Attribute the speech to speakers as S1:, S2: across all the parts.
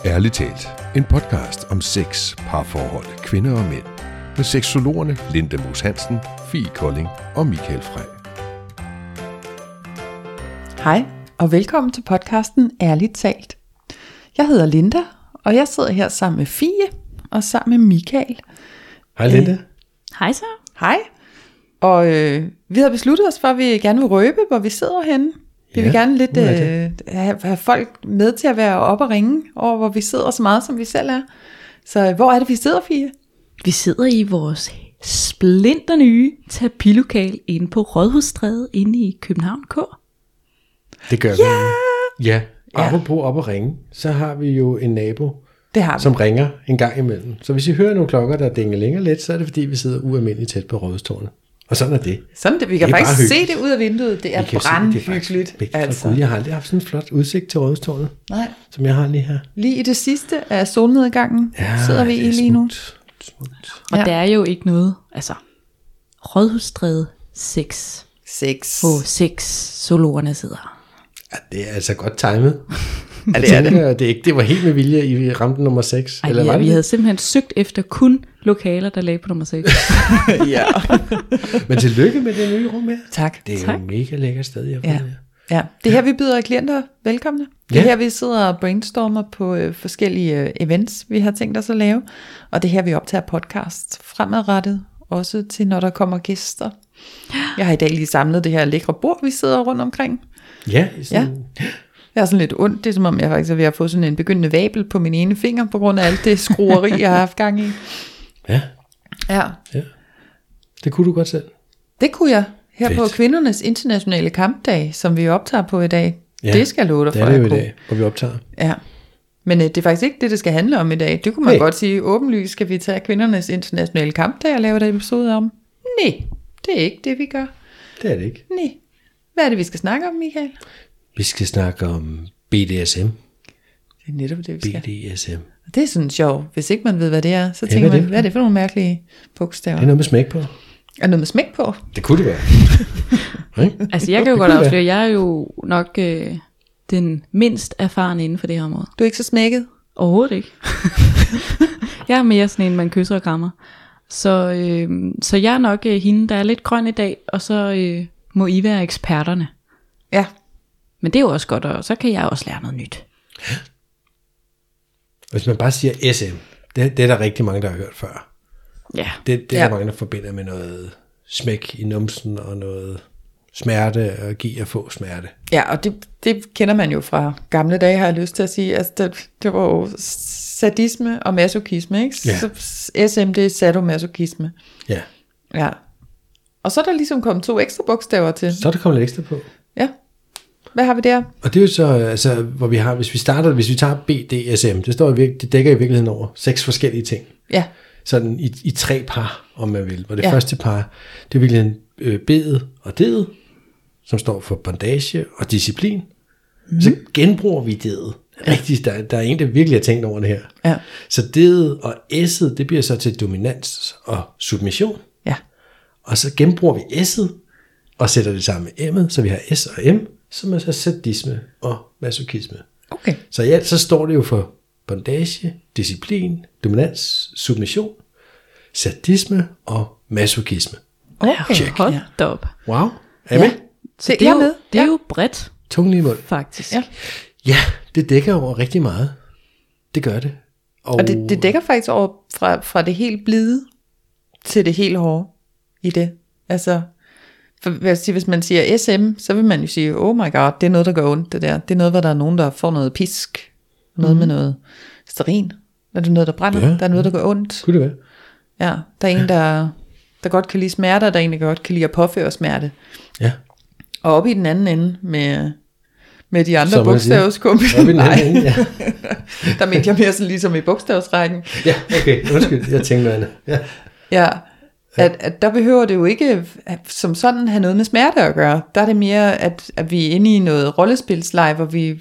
S1: Ærligt talt, en podcast om sex, parforhold, kvinder og mænd. Med seksologerne Linda Moos Hansen, Fie Kolding og Michael Frey.
S2: Hej og velkommen til podcasten Ærligt talt. Jeg hedder Linda, og jeg sidder her sammen med Fie og sammen med Michael.
S3: Hej Linda.
S4: Hej så.
S2: Hej. Og vi har besluttet os for, at vi gerne vil røbe, hvor vi sidder henne. Vi vil gerne lidt have folk med til at være oppe og ringe over, hvor vi sidder så meget, som vi selv er. Så hvor er det, vi sidder, Fie?
S4: Vi sidder i vores splinternye tapilokal inde på Rådhusstræde inde i København K.
S3: Det gør vi. Ja, apropos op og ringe, så har vi jo en nabo, som ringer en gang imellem. Så hvis I hører nogle klokker, der dinger længere lidt, så er det fordi, vi sidder ualmindeligt tæt på Rådhustårnet. Og sådan er det.
S2: Sådan det. Vi kan faktisk se det ud af vinduet. Det er brandhyggeligt.
S3: Altså. Jeg har aldrig haft sådan en flot udsigt til Rådhustårnet, som jeg har lige her.
S2: Lige i det sidste af solnedgangen sidder vi i lige nu.
S3: Smukt.
S4: Og der er jo ikke noget, altså Rådhusstræde 6. Hvor 6 zoologerne sidder.
S3: Ja, det er altså godt timet.
S2: Ja, det er det.
S3: Det var helt med vilje, I ramte nummer 6.
S4: Ej,
S3: eller var
S4: vi
S3: det?
S4: havde simpelthen søgt efter kun lokaler, der lagde på nummer 6.
S2: Ja.
S3: Men tillykke med det nye rum her.
S2: Tak.
S3: Det er jo et mega lækkert sted, jeg
S2: ja. Ja, det er her, vi byder klienter velkomne. Det er her, vi sidder og brainstormer på forskellige events, vi har tænkt os at lave. Og det er her, vi optager podcast fremadrettet, også til når der kommer gæster. Jeg har i dag lige samlet det her lækre bord, vi sidder rundt omkring.
S3: Ja, sådan...
S2: Jeg har sådan lidt ondt. Det er som om, jeg faktisk er ved at få sådan en begyndende vabel på min ene finger, på grund af alt det skrueri, jeg har haft gang i. Ja.
S3: Det kunne du godt selv.
S2: Det kunne jeg. Her
S3: Fedt.
S2: På kvindernes internationale kampdag, som vi optager på i dag.
S3: Ja,
S2: det skal jeg love dig for.
S3: Det er det jo i dag, hvor vi optager.
S2: Ja. Men det er faktisk ikke det skal handle om i dag. Det kunne man godt sige, åbenlyst skal vi tage kvindernes internationale kampdag og lave et episode om. Nej, det er ikke det, vi gør.
S3: Det er det ikke.
S2: Nej. Hvad er det, vi skal snakke om, Michael?
S3: Vi skal snakke om BDSM.
S2: Det er netop det, vi skal.
S3: BDSM.
S2: Det er sådan sjovt. Hvis ikke man ved, hvad det er, så tænker man, hvad er det for nogle mærkelige bogstaver?
S3: Det er noget med smæk på.
S2: Er noget med smæk på?
S3: Det kunne det være.
S4: Altså jeg kan jo godt afsløre, jeg er jo nok den mindst erfarne inden for det her område.
S2: Du er ikke så smækket?
S4: Overhovedet ikke. Jeg er mere sådan en, man kysser og krammer. Så jeg er nok hende, der er lidt grøn i dag, og så må I være eksperterne.
S2: Ja. Men
S4: det er jo også godt, og så kan jeg også lære noget nyt.
S3: Hvis man bare siger SM, det er der rigtig mange, der har hørt før.
S4: Ja.
S3: Det er der mange, der forbinder med noget smæk i numsen, og noget smerte, og give og få smerte.
S2: Ja, og det kender man jo fra gamle dage, har jeg lyst til at sige. Altså, det var jo sadisme og masochisme, ikke?
S3: Ja.
S2: Så SM, det er sadomasochisme.
S3: Ja.
S2: Ja. Og så er der ligesom kommet 2 ekstra bogstaver til.
S3: Så er der kommet lidt ekstra på.
S2: Ja. Hvad har vi der?
S3: Og det er jo så, altså, hvor vi har, hvis vi tager BDSM, det dækker i virkeligheden over 6 forskellige ting.
S2: Ja.
S3: Sådan i 3 par, om man vil. Hvor det første par, det er virkelig bedet og dedet, som står for bondage og disciplin. Så genbruger vi dedet. Rigtig, der er en, der virkelig har tænkt over det her.
S2: Ja.
S3: Så dedet og S'et, det bliver så til dominans og submission.
S2: Ja.
S3: Og så genbruger vi S'et og sætter det sammen med M'et, så vi har S og M, som er så sadisme og masochisme.
S2: Okay.
S3: Så i alt så står det jo for bondage, disciplin, dominans, submission, sadisme og masochisme.
S2: Okay.
S3: Check.
S4: Hold da op.
S3: Wow. Er I med?
S2: Så
S4: Det er jo bredt,
S3: Tungen i mund.
S4: faktisk.
S3: Ja, det dækker over rigtig meget. Det gør det.
S2: Og det dækker faktisk over fra det helt blide til det helt hårde i det. Altså, hvis man siger SM, så vil man jo sige, oh my god, det er noget, der gør ondt, det der. Det er noget, hvor der er nogen, der får noget pisk. Noget med noget stearin. Der er noget, der brænder.
S3: Ja.
S2: Der er noget, der gør ondt.
S3: Kunne det være?
S2: Ja, der er en, der godt kan lide smerte, og der er en, der godt kan lide at påføre smerte.
S3: Ja.
S2: Og oppe i den anden ende med de andre bogstavskummer.
S3: Oppe i den anden ende, ja.
S2: Der mente jeg mere sådan ligesom i bogstavsrækken.
S3: Ja, okay. Undskyld, jeg tænkte noget andet. Ja.
S2: Ja, at der behøver det jo ikke som sådan have noget med smerte at gøre. Der er det mere, at vi er inde i noget rollespilsleje,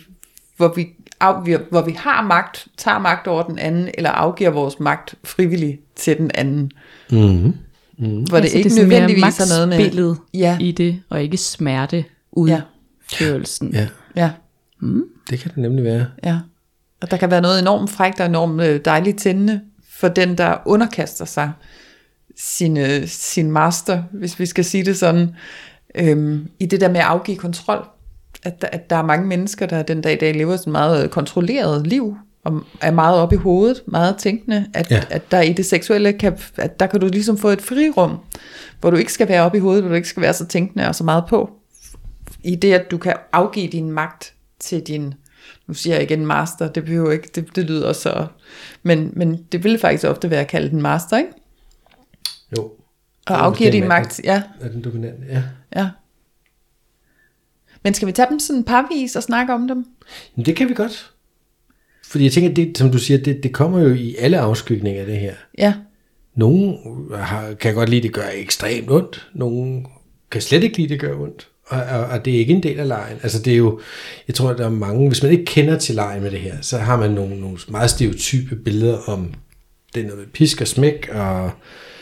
S2: hvor vi har magt, tager magt over den anden, eller afgiver vores magt frivilligt til den anden.
S3: Mm-hmm.
S2: Hvor det ikke det nødvendigvis er noget med
S4: spillet i det, og ikke smerte udførelsen.
S3: Ja.
S2: Ja.
S3: Det kan det nemlig være.
S2: Ja. Og der kan være noget enormt frækt og enormt dejligt tændende for den, der underkaster sig sin master, hvis vi skal sige det sådan, i det der med at afgive kontrol. At der er mange mennesker, der den dag i dag lever sådan meget kontrolleret liv, og er meget oppe i hovedet, meget tænkende, at der i det seksuelle, at der kan du ligesom få et frirum, hvor du ikke skal være oppe i hovedet, hvor du ikke skal være så tænkende og så meget på, i det, at du kan afgive din magt til din, nu siger jeg igen master, det behøver ikke, det lyder også så, men det vil faktisk ofte være kaldt en master, ikke?
S3: Jo.
S2: Og afgive din magt, ja.
S3: Er den dominante,
S2: ja. Men skal vi tage dem sådan parvis og snakke om dem?
S3: Men det kan vi godt. Fordi jeg tænker, det, som du siger, det kommer jo i alle afskygninger af det her.
S2: Ja.
S3: Nogle kan godt lide, det gør ekstremt ondt. Nogle kan slet ikke lide, det gør ondt. Og det er ikke en del af lejen. Altså det er jo, jeg tror, der er mange, hvis man ikke kender til lejen med det her, så har man nogle meget stereotype billeder om, det er noget med pisk og smæk og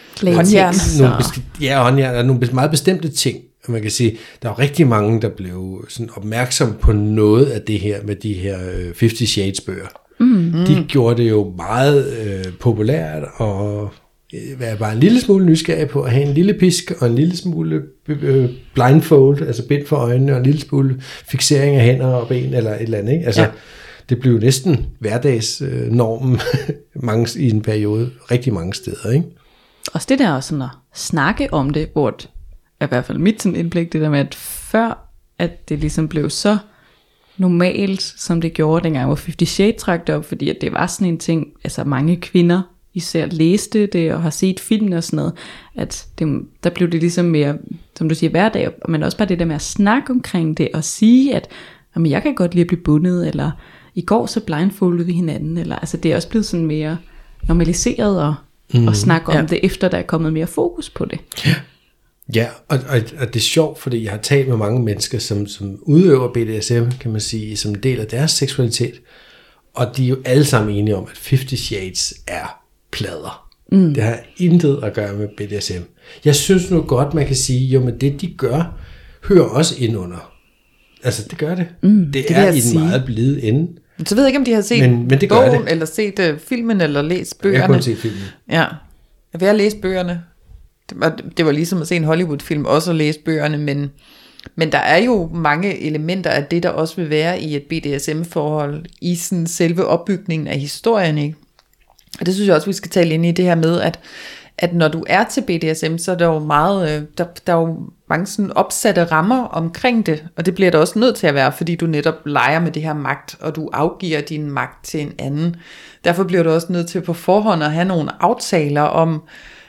S3: håndjern og nogle meget bestemte ting. Og man kan sige, der er jo rigtig mange, der blev sådan opmærksom på noget af det her med de her 50 Shades bøger. Mm-hmm. De gjorde det jo meget populært og være bare en lille smule nysgerrig på at have en lille pisk og en lille smule blindfold, altså bind for øjnene og en lille smule fiksering af hænder og ben eller et eller andet. Ikke? Altså, det blev næsten hverdagsnormen mange i en periode, rigtig mange steder. Ikke?
S4: Også det der sådan at snakke om det, hvor i hvert fald mit sådan indblik, det der med, at før at det ligesom blev så normalt, som det gjorde dengang, hvor 50 Shades trak det op, fordi at det var sådan en ting, altså mange kvinder især læste det, og har set filmen og sådan noget, at der blev det ligesom mere, som du siger, hverdag, men også bare det der med at snakke omkring det, og sige, at jamen, jeg kan godt lide at blive bundet, eller i går så blindfoldede vi hinanden, eller altså det er også blevet sådan mere normaliseret og snakke om det, efter der er kommet mere fokus på det.
S3: Ja, og det er sjovt, fordi jeg har talt med mange mennesker, som udøver BDSM, kan man sige, som en del af deres seksualitet, og de er jo alle sammen enige om, at 50 Shades er plader. Det har intet at gøre med BDSM. Jeg synes nu godt, man kan sige, jo, men det de gør, hører også ind under. Altså, det gør det. Det er i den meget blide ende.
S2: Så ved jeg ikke, om de har set
S3: men det
S2: bogen, eller set filmen, eller læst bøgerne.
S3: Jeg har kun set filmen.
S2: Ja, jeg vil læse bøgerne. Det var ligesom at se en Hollywood-film, også at læse bøgerne, men der er jo mange elementer af det, der også vil være i et BDSM-forhold, i sådan selve opbygningen af historien, ikke? Og det synes jeg også, vi skal tale ind i det her med, at når du er til BDSM, så er der jo meget, der er jo mange sådan opsatte rammer omkring det, og det bliver der også nødt til at være, fordi du netop leger med det her magt, og du afgiver din magt til en anden. Derfor bliver du også nødt til på forhånd at have nogle aftaler om,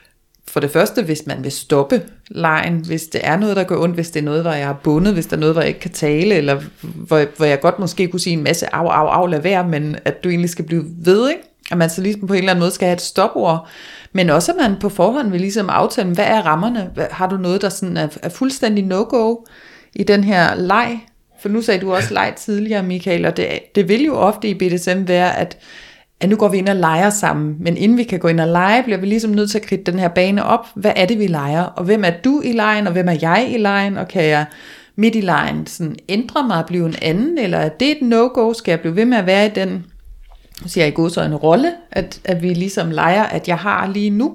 S2: for det første, hvis man vil stoppe legen, hvis det er noget, der går ondt, hvis det er noget, hvor jeg er bundet, hvis der er noget, hvor jeg ikke kan tale, eller hvor jeg godt måske kunne sige en masse af, lad være, men at du egentlig skal blive ved, ikke? At man så ligesom på en eller anden måde skal have et stopord, men også at man på forhånd vil ligesom aftale, hvad er rammerne? Har du noget, der sådan er fuldstændig no-go i den her leg? For nu sagde du også leg tidligere, Michael, og det vil jo ofte i BDSM være, at nu går vi ind og leger sammen, men inden vi kan gå ind og lege, bliver vi ligesom nødt til at kridte den her bane op. Hvad er det, vi leger? Og hvem er du i legen, og hvem er jeg i legen? Og kan jeg midt i legen sådan ændre mig og blive en anden? Eller er det et no-go? Skal jeg blive ved med at være i den, siger jeg i god så en rolle, at vi ligesom leger, at jeg har lige nu?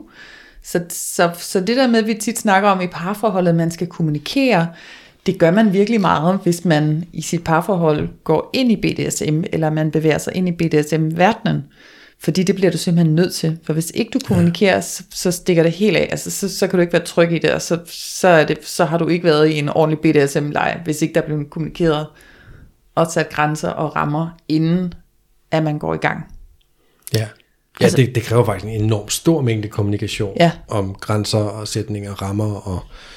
S2: Så det der med, at vi tit snakker om i parforholdet, man skal kommunikere, det gør man virkelig meget, hvis man i sit parforhold går ind i BDSM, eller man bevæger sig ind i BDSM-verdenen. Fordi det bliver du simpelthen nødt til. For hvis ikke du kommunikerer, så stikker det helt af. Altså, så kan du ikke være tryg i det, og så har du ikke været i en ordentlig BDSM-leg, hvis ikke der er blevet kommunikeret og sat grænser og rammer, inden at man går i gang.
S3: Ja, altså, det kræver faktisk en enormt stor mængde kommunikation om grænser og sætninger, rammer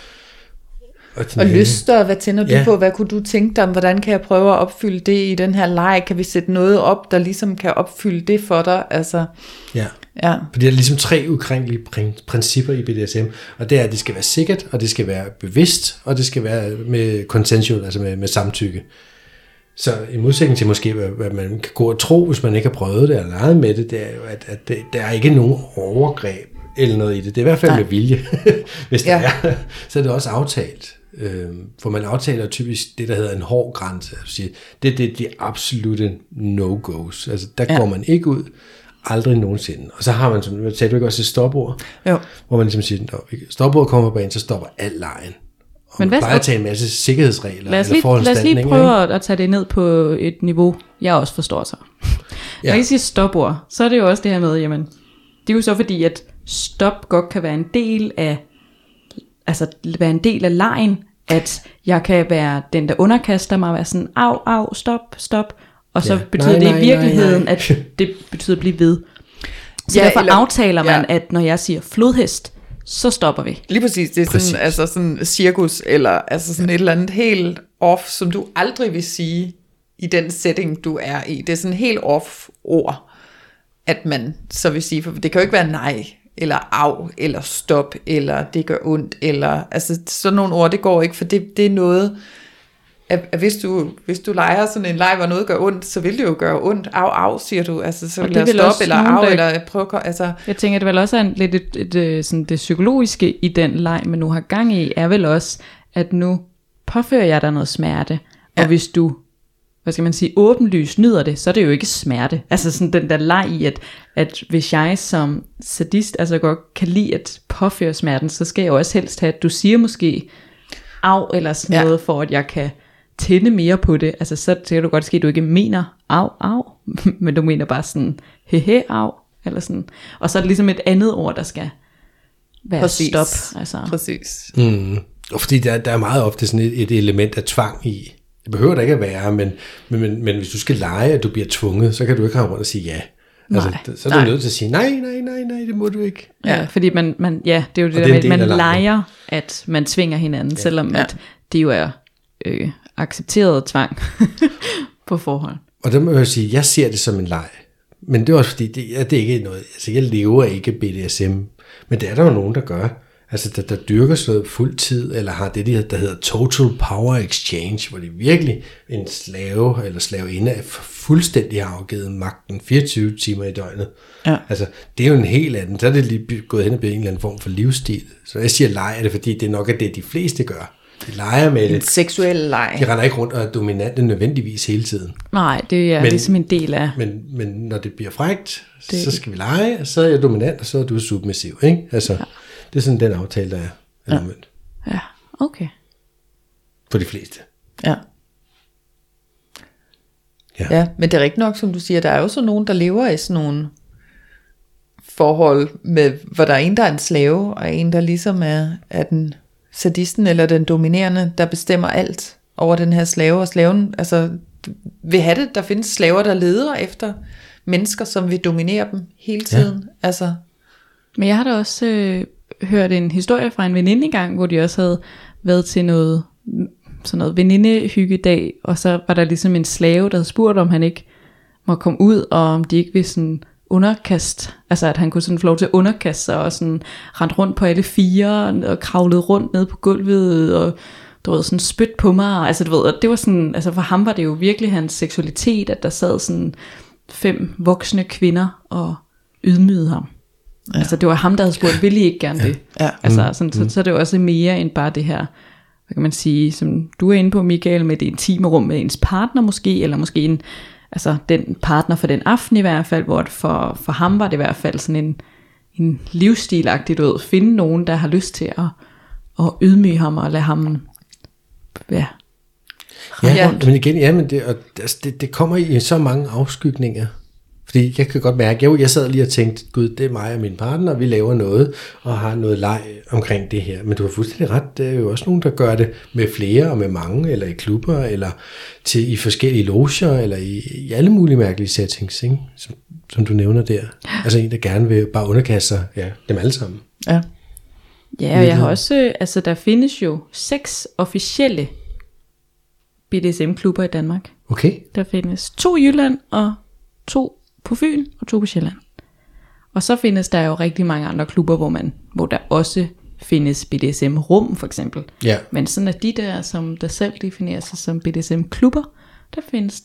S3: og
S2: lyster, hvad tænder du på, hvad kunne du tænke dig, hvordan kan jeg prøve at opfylde det i den her leg, kan vi sætte noget op, der ligesom kan opfylde det for dig, altså. Ja.
S3: For det er ligesom 3 ukrænkelige principper i BDSM, og det er, at det skal være sikkert, og det skal være bevidst, og det skal være med consensual, altså med samtykke. Så i modsætning til måske, hvad man kan gå og tro, hvis man ikke har prøvet det, eller leget med det, det er jo, at der er ikke nogen overgreb, eller noget i det. Det er i hvert fald med vilje. Hvis der er, så er det også aftalt. hvor man aftaler typisk det, der hedder en hård grænse. Det er de absolute no-go's. Altså, der går man ikke ud, aldrig nogensinde. Og så har man, som sagde du ikke også, et stopord, hvor man ligesom siger, når stopordet kommer på banen, så stopper al lejen. Og man plejer at tage en masse sikkerhedsregler.
S4: Lad os lige prøve at tage det ned på et niveau, jeg også forstår så. Når I siger stopord, så er det jo også det her med, jamen, det er jo så fordi, at stop godt kan være en del af, altså være en del af lejen, at jeg kan være den, der underkaster mig, og være sådan, au, stop, og så betyder det i virkeligheden, at det betyder at blive ved. Så derfor aftaler man, at når jeg siger flodhest, så stopper vi.
S2: Lige præcis, det er sådan, altså sådan cirkus, eller altså sådan et eller andet helt off, som du aldrig vil sige i den setting, du er i. Det er sådan helt off ord, at man så vil sige, for det kan jo ikke være nej, eller af, eller stop, eller det gør ondt, eller altså sådan nogle ord, det går ikke, for det er noget, at hvis du leger sådan en leg, hvor noget gør ondt, så vil det jo gøre ondt. Au, siger du, altså så vil jeg stoppe, eller af, eller prøve, altså.
S4: Jeg tænker, at det vel også er lidt sådan det psykologiske i den leg, man nu har gang i, er vel også, at nu påfører jeg dig noget smerte, og hvis du, hvad skal man sige, åbenlyst nyder det, så er det jo ikke smerte. Altså sådan den der leg i, at hvis jeg som sadist, altså godt kan lide at påføre smerten, så skal jeg jo også helst have, at du siger måske af, eller sådan noget, for at jeg kan tænde mere på det. Altså så kan du godt ske, at du ikke mener af, men du mener bare sådan, af, eller sådan. Og så er det ligesom et andet ord, der skal være stop. Altså.
S2: Præcis.
S3: Og fordi der er meget ofte sådan et element af tvang i. Det behøver der ikke at være, men hvis du skal lege, at du bliver tvunget, så kan du ikke have rundt og sige ja. Altså, så er du nødt til at sige, nej, det må du ikke.
S4: Ja, fordi man det er jo det der med, at man leger, at man tvinger hinanden, selvom at det jo er accepteret tvang på forhånd. Og
S3: der må jeg sige, jeg ser det som en leg. Men det er også fordi, det er ikke noget, altså jeg lever ikke BDSM, men det er der jo nogen, der gør. Altså der dyrker sådan noget fuld tid, eller har det, der hedder Total Power Exchange, hvor de virkelig en slave eller slaveinde er fuldstændig har afgivet magten 24 timer i døgnet. Ja. Altså det er jo en helt anden, så er det lige gået hen og blevet en eller anden form for livsstil. Så jeg siger leg, er det fordi, det er nok det, de fleste gør. De leger med
S2: en seksuel leg.
S3: De render ikke rundt og er dominante nødvendigvis hele tiden.
S4: Nej, det er ligesom en del af.
S3: Men når det bliver frækt, så skal vi lege, og så er jeg dominant, og så er du submissiv, ikke? Altså, det er sådan den aftale, der er omvendt.
S4: Ja, okay.
S3: For de fleste.
S2: Ja, men det er rigtigt nok, som du siger, der er jo så nogen, der lever i sådan nogle forhold, med, hvor der er en, der er en slave, og en, der ligesom er den sadisten eller den dominerende, der bestemmer alt over den her slave, og slaven altså vil have det. Der findes slaver, der leder efter mennesker, som vil dominere dem hele tiden. Altså.
S4: Men jeg har da også hørt en historie fra en veninde engang, hvor de også havde været til noget venindehyggedag, og så var der ligesom en slave, der havde spurgt, om han ikke må komme ud, og om de ikke vil sådan underkast, altså at han kunne sådan få lov til at underkaste sig, og sådan rende rundt på alle fire, og kravlede rundt ned på gulvet, og du ved, sådan spyt på mig, altså du ved, og det var sådan, altså for ham var det jo virkelig hans seksualitet, at der sad sådan 5 voksne kvinder og ydmygede ham. Ja. Altså det var ham, der havde spurgt, vil I ikke gerne det? Ja. Altså sådan, så er det jo også mere end bare det her, hvad kan man sige, som du er inde på, Michael, med det intime rum med ens partner måske, eller måske en, altså den partner for den aften i hvert fald, hvor for ham var det i hvert fald sådan en livsstilagtig, du ved, finde nogen, der har lyst til at ydmyge ham og lade ham
S3: men igen, det kommer i så mange afskygninger. Fordi jeg kan godt mærke, jeg sad lige og tænkte, gud, det er mig og min partner, og vi laver noget, og har noget leg omkring det her. Men du har fuldstændig ret, der er jo også nogen, der gør det med flere og med mange, eller i klubber, eller i forskellige loger, eller i alle mulige mærkelige settings, ikke? Som du nævner der. Altså en, der gerne vil bare underkaste sig, dem alle sammen.
S4: Ja, og jeg har også, altså der findes jo 6 officielle BDSM-klubber i Danmark.
S3: Okay.
S4: Der findes 2 i Jylland, og 2 på Fyn og 2 på Sjælland. Og så findes der jo rigtig mange andre klubber, hvor der også findes BDSM-rum for eksempel.
S3: Ja.
S4: Men sådan at de der, som der selv definerer sig som BDSM-klubber, der findes der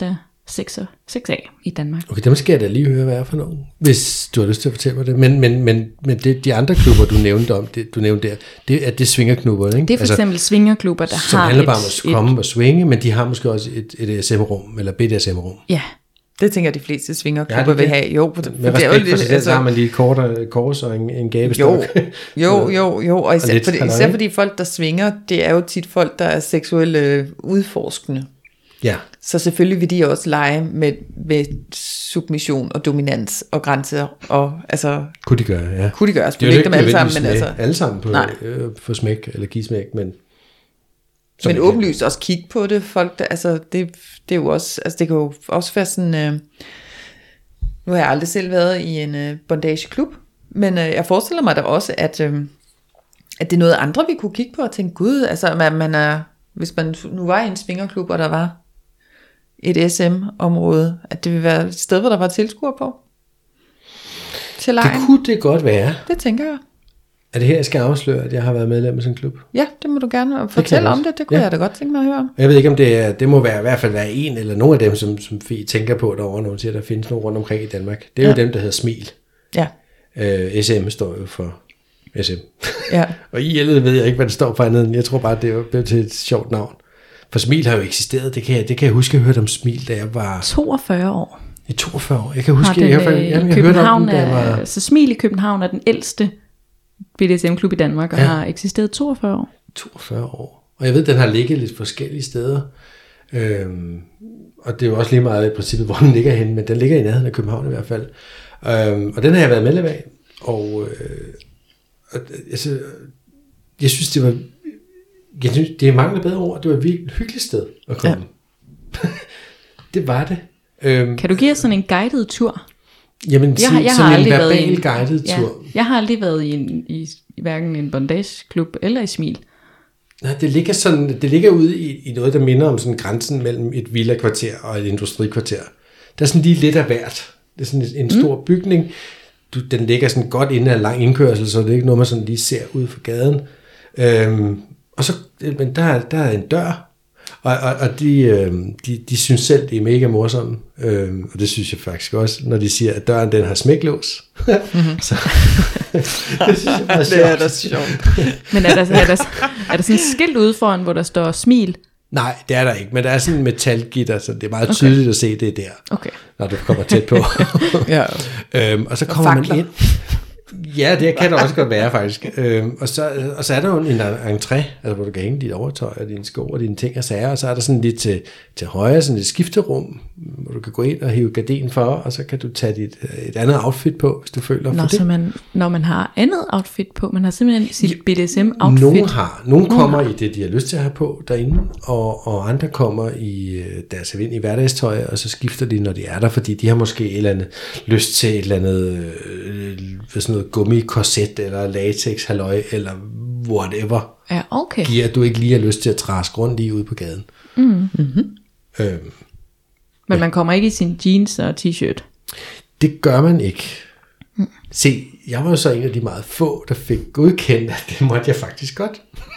S4: 6 af i Danmark.
S3: Okay, dem skal jeg da lige høre, hvad er for nogen, hvis du har lyst til at fortælle mig det. Men det, de andre klubber, du nævnte om, du nævnte der, det er svingerklubber, ikke?
S4: Det er for eksempel svingerklubber, der
S3: som
S4: har
S3: handler bare om at komme og svinge, men de har måske også et SM-rum, eller BDSM-rum.
S4: Ja.
S2: Det tænker de fleste svingerklubber vil have. Jo,
S3: med respekt for sig selv, så har man lige et kors og en gabestok.
S2: Jo, og især fordi folk, der svinger, det er jo tit folk, der er seksuelle udforskende.
S3: Ja.
S2: Så selvfølgelig vil de også lege med submission og dominans og grænser. Og, altså,
S3: kunne de gøre, ja.
S2: Kunne de gøre, selvfølgelig ikke dem alle sammen. Men altså,
S3: alle sammen på smæk eller give-smæk, men
S2: åbenlyst også kigge på det. Folk, der, altså, det er jo også, altså det kan jo også være sådan, nu har jeg aldrig selv været i en bondageklub, men jeg forestiller mig da også, at det er noget andre, vi kunne kigge på og tænke, gud, altså man er, hvis man nu var i en svingerklub, og der var et SM-område, at det ville være et sted, hvor der var tilskuere på til lejen.
S3: Det kunne det godt være.
S2: Det tænker jeg.
S3: Er det her, jeg skal afsløre, at jeg har været medlem af sådan en klub?
S2: Ja, det må du gerne fortælle om det. Det kunne jeg da godt tænke mig at høre om.
S3: Jeg ved ikke, om det må være, i hvert fald være en eller nogle af dem, som Fie tænker på derovre, når hun siger, at der findes nogle rundt omkring i Danmark. Det er jo dem, der hedder Smil.
S2: Ja.
S3: SM står jo for SM.
S2: Ja.
S3: Og IL ved jeg ikke, hvad det står for andet. Jeg tror bare, det er blevet til et sjovt navn. For Smil har jo eksisteret. Det kan jeg huske, jeg hørte om Smil, da jeg var
S4: 42 år.
S3: I 42 år. Jeg kan huske, jeg hørte om den, da jeg var...
S4: Så Smil i København er den ældste BDSM-klub i Danmark, og har eksisteret 42 år.
S3: 42 år. Og jeg ved, den har ligget lidt forskellige steder. Og det er jo også lige meget i princippet, hvor den ligger henne, men den ligger i nærheden af København i hvert fald. Og den har jeg været medlem af. Og altså, jeg synes, det er mange bedre ord. Det var et virkelig hyggeligt sted at komme. Ja. Det var det.
S4: Kan du give os sådan en guided tur?
S3: Jamen, jeg har en verbal guided tur.
S4: Jeg har aldrig været i hverken en bondageklub eller i Smil.
S3: Nej, det ligger ude i noget, der minder om sådan grænsen mellem et villa-kvarter og et industrikvarter. Der er sådan lige lidt af hvert. Det er sådan en stor bygning. Den ligger sådan godt inde af en lang indkørsel, så det er ikke noget, man sådan lige ser ud fra gaden. Og så, men der er en dør, og de synes selv, det er mega morsomme, og det synes jeg faktisk også, når de siger, at døren den har smæklås. Så det synes jeg bare
S2: det er da sjovt.
S4: Men er der sådan et skilt ude foran, hvor der står Smil?
S3: Nej, det er der ikke, men der er sådan en metalgitter, så det er meget tydeligt at se, det er der, når du kommer tæt på.
S2: Ja.
S3: Og så kommer man ind. Ja, det kan der også godt være, faktisk. Og så er der jo en entré, altså, hvor du kan hænge dit overtøj og dine sko og dine ting og sager, og så er der sådan lidt til højre, sådan et skifterum, hvor du kan gå ind og hive gardinen for, og så kan du tage et andet outfit på, hvis du føler for det.
S4: Så når man har andet outfit på, man har simpelthen sit BDSM-outfit.
S3: Nogle kommer i det, de har lyst til at have på derinde, og andre kommer i deres vind i hverdagstøj, og så skifter de, når de er der, fordi de har måske et eller andet lyst til et eller andet sådan noget gummikorset, eller latex halløj, eller whatever.
S4: Ja, okay.
S3: Giver, at du ikke lige har lyst til at traske rundt lige ude på gaden.
S4: Men man kommer ikke i sin jeans og t-shirt.
S3: Det gør man ikke. Se, jeg var jo så en af de meget få, der fik godkendt, at det måtte jeg faktisk godt.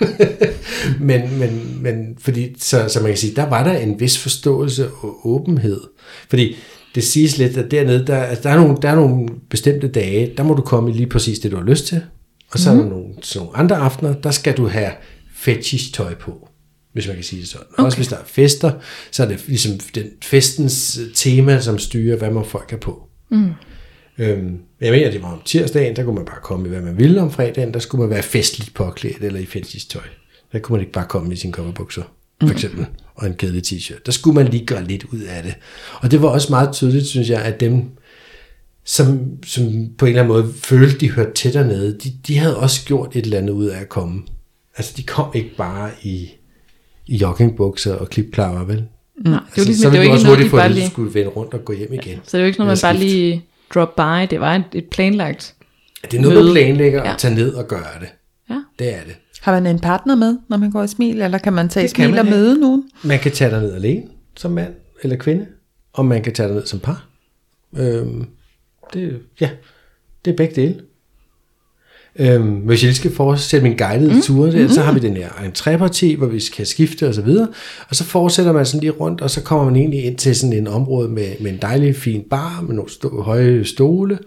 S3: men fordi, så man kan sige, der var der en vis forståelse og åbenhed. Fordi det siges lidt, at dernede, der er nogle bestemte dage, der må du komme i lige præcis det, du har lyst til. Og så er der nogle andre aftener, der skal du have fetish-tøj på, hvis man kan sige det sådan. Okay. Også hvis der er fester, så er det ligesom den festens tema, som styrer, hvad man folk er på. Jeg mener, det var om tirsdagen, der kunne man bare komme i, hvad man ville. Om fredagen, der skulle man være festligt påklædt eller i fetish-tøj. Der kunne man ikke bare komme i sine coverbukser, for eksempel, og en kedelig t-shirt. Der skulle man lige gøre lidt ud af det. Og det var også meget tydeligt, synes jeg, at dem, som på en eller anden måde følte, de hørte til dernede, de havde også gjort et eller andet ud af at komme. Altså, de kom ikke bare i joggingbukser og klipklapper, vel?
S4: Nej, det var ligesom,
S3: så ville
S4: det
S3: du
S4: var
S3: også
S4: ikke
S3: hurtigt få
S4: noget,
S3: at de skulle vende rundt og gå hjem igen.
S4: Så det var ikke noget, man bare lige drop by, det var et planlagt
S3: det er noget, man planlægger at tage ned og gøre det.
S4: Ja.
S3: Det er det.
S2: Har man en partner med, når man går i Smil, eller kan man tage i Smil og møde nogen?
S3: Man kan tage ned alene, som mand eller kvinde, og man kan tage ned som par. Det er begge dele. Hvis jeg lige skal fortsætte min guidede tur, så har vi den her entréparti, hvor vi skal skifte og så videre, og så fortsætter man sådan lige rundt, og så kommer man egentlig ind til sådan en område med en dejlig fin bar, med nogle høje stole,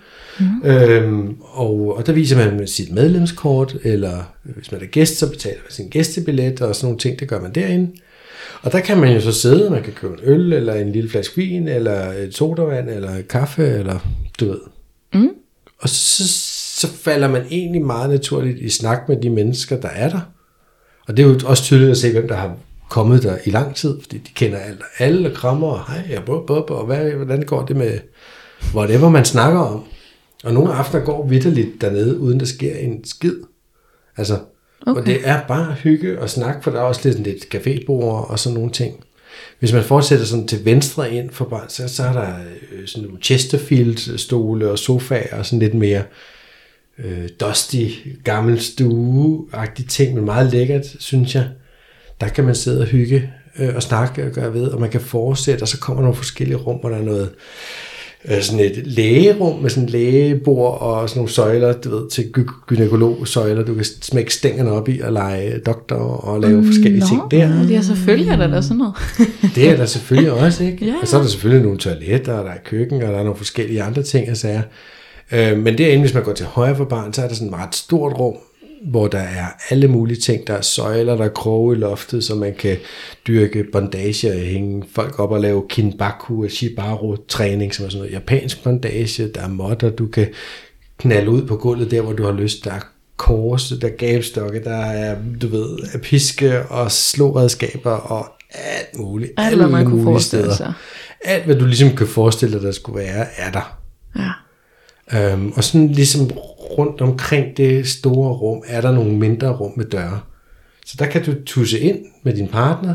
S3: og der viser man sit medlemskort, eller hvis man er gæst, så betaler man sin gæstebillet, og sådan nogle ting, det gør man derinde. Og der kan man jo så sidde, man kan købe en øl, eller en lille flaske vin, eller et sodavand, eller kaffe, eller du ved. Og så falder man egentlig meget naturligt i snak med de mennesker, der er der. Og det er jo også tydeligt at se, hvem der har kommet der i lang tid, fordi de kender alle krammer, og hej, og hvordan går det med whatever man snakker om. Og nogle aftener går vitterligt dernede, uden der sker en skid. Altså, okay. Og det er bare hygge og snak, for der er også lidt cafébord og sådan nogle ting. Hvis man fortsætter sådan til venstre ind for barn, så er der sådan nogle Chesterfield-stole og sofaer og sådan lidt mere dusty, gammel stue-agtige ting, men meget lækkert, synes jeg. Der kan man sidde og hygge og snakke og gøre ved, og man kan fortsætte, og så kommer nogle forskellige rum, hvor der er noget sådan et lægerum med sådan et lægebord og sådan nogle søjler, du ved, til gynækologsøjler, du kan smække stængerne op i og lege doktor og lave forskellige ting der.
S4: Ja, selvfølgelig er der sådan noget.
S3: Det er der selvfølgelig også, ikke? Ja. Og så er der selvfølgelig nogle toiletter, og der er køkken, og der er nogle forskellige andre ting og sager. Men derinde, hvis man går til højre for barn, så er der sådan et meget stort rum, hvor der er alle mulige ting. Der er søjler, der er kroge i loftet, så man kan dyrke bondage og hænge folk op og lave kinbaku og shibaro-træning, som er sådan noget japansk bondage. Der er måtter, du kan knalde ud på gulvet der, hvor du har lyst. Der er korse, der er gabstokke, der er, du ved, piske og slåredskaber og alt muligt.
S4: Alt, hvad man kunne forestille sig.
S3: Alt, hvad du ligesom kan forestille dig, der skulle være, er der.
S4: Ja.
S3: Og sådan ligesom rundt omkring det store rum, er der nogle mindre rum med døre. Så der kan du tusse ind med din partner,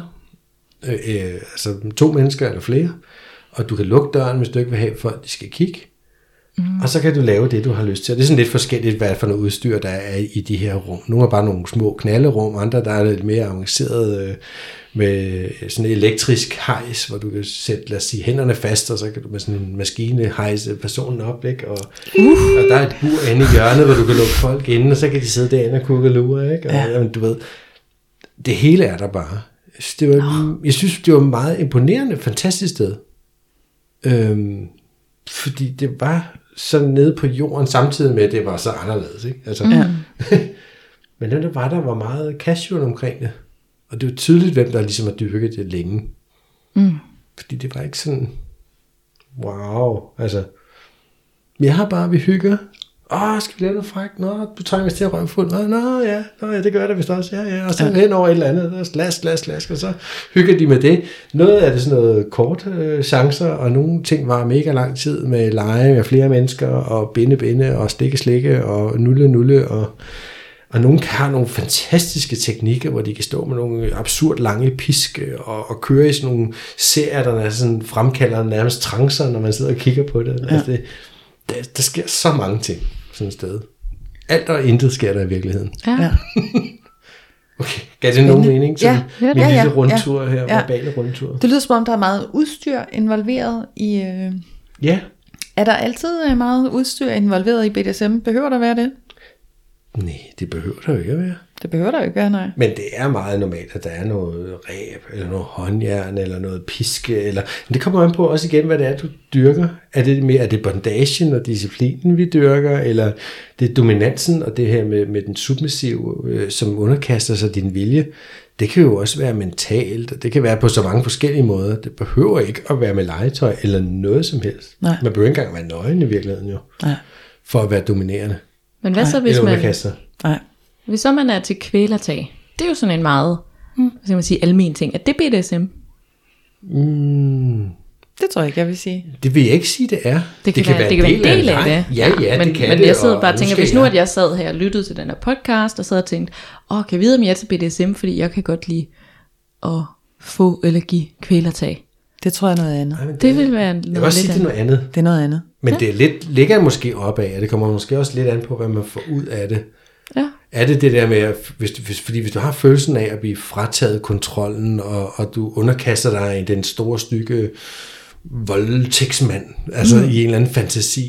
S3: altså 2 mennesker eller flere, og du kan lukke døren, hvis du ikke vil have folk, de skal kigge. Og så kan du lave det, du har lyst til. Og det er sådan lidt forskelligt, hvad for noget udstyr, der er i de her rum. Nogle er bare nogle små knalderum, andre der er lidt mere avanceret med sådan en elektrisk hejs, hvor du kan sætte, lad os sige, hænderne fast, og så kan du med sådan en maskine hejse personen op, ikke? Og der er et bur inde i hjørnet, hvor du kan lukke folk inde, og så kan de sidde derinde og kukke lure, ikke? Og jamen, du ved, det hele er der bare. Jeg synes, det var meget imponerende, fantastisk sted. Fordi det var så nede på jorden, samtidig med, at det var så anderledes, ikke? Altså, men dem, der var meget casual omkring det. Og det var tydeligt, hvem der ligesom har dyrket det længe. Fordi det var ikke sådan, wow, altså, jeg har bare, vi hygger. Skal vi lave noget frækt? Nå, du trænger til at røve fuld. Nå, ja, det gør det vist også. Ja. Og så hen over et eller andet, der slask, og så hygger de med det. Noget af det sådan noget kort chancer, og nogle ting var mega lang tid med lege med flere mennesker, og binde, og slikke, og nulle, og nogen har nogle fantastiske teknikker, hvor de kan stå med nogle absurd lange piske, og køre i sådan nogle serier, der sådan fremkalder nærmest trancer, når man sidder og kigger på det. Ja. Altså der sker så mange ting sådan et sted. Alt og intet sker der i virkeligheden. Ja. Okay, gav det nogen mening til min lille rundtur her, verbale rundtur?
S2: Det lyder som om, der er meget udstyr involveret i...
S3: Ja.
S2: Er der altid meget udstyr involveret i BDSM? Behøver der være det?
S3: Nej, det behøver der jo ikke at være.
S2: Det behøver der jo ikke være, nej.
S3: Men det er meget normalt, at der er noget ræb, eller noget håndjern, eller noget piske, eller... Men det kommer an på også igen, hvad det er, du dyrker. Er det bondagen og disciplinen, vi dyrker, eller det er dominansen og det her med den submissive, som underkaster sig din vilje. Det kan jo også være mentalt, og det kan være på så mange forskellige måder. Det behøver ikke at være med legetøj, eller noget som helst. Nej. Man behøver ikke engang være nøgen i virkeligheden jo, for at være dominerende.
S4: Men hvad så, hvis så man er til kvælertag? Det er jo sådan en meget, hvad skal man sige, almen ting. Er det BDSM?
S2: Det tror jeg ikke, jeg vil sige.
S3: Det vil jeg ikke sige, det er.
S4: Det kan være en del af det.
S3: Ja, men,
S4: det kan men jeg sidder bare og tænker, hvis nu at jeg sad her og lyttede til den her podcast, og sad og tænkte, kan jeg vide, om jeg er til BDSM, fordi jeg kan godt lide at få eller give kvælertag.
S2: Det tror jeg er noget andet.
S4: Det vil være noget
S3: jeg vil også sige, det er noget andet.
S2: Det er noget andet.
S3: Men det ligger måske opad, og det kommer måske også lidt an på, hvad man får ud af det.
S4: Ja.
S3: Er det der med, hvis du har følelsen af at blive frataget kontrollen, og du underkaster dig i den store stykke voldtægtsmand, altså i en eller anden fantasi,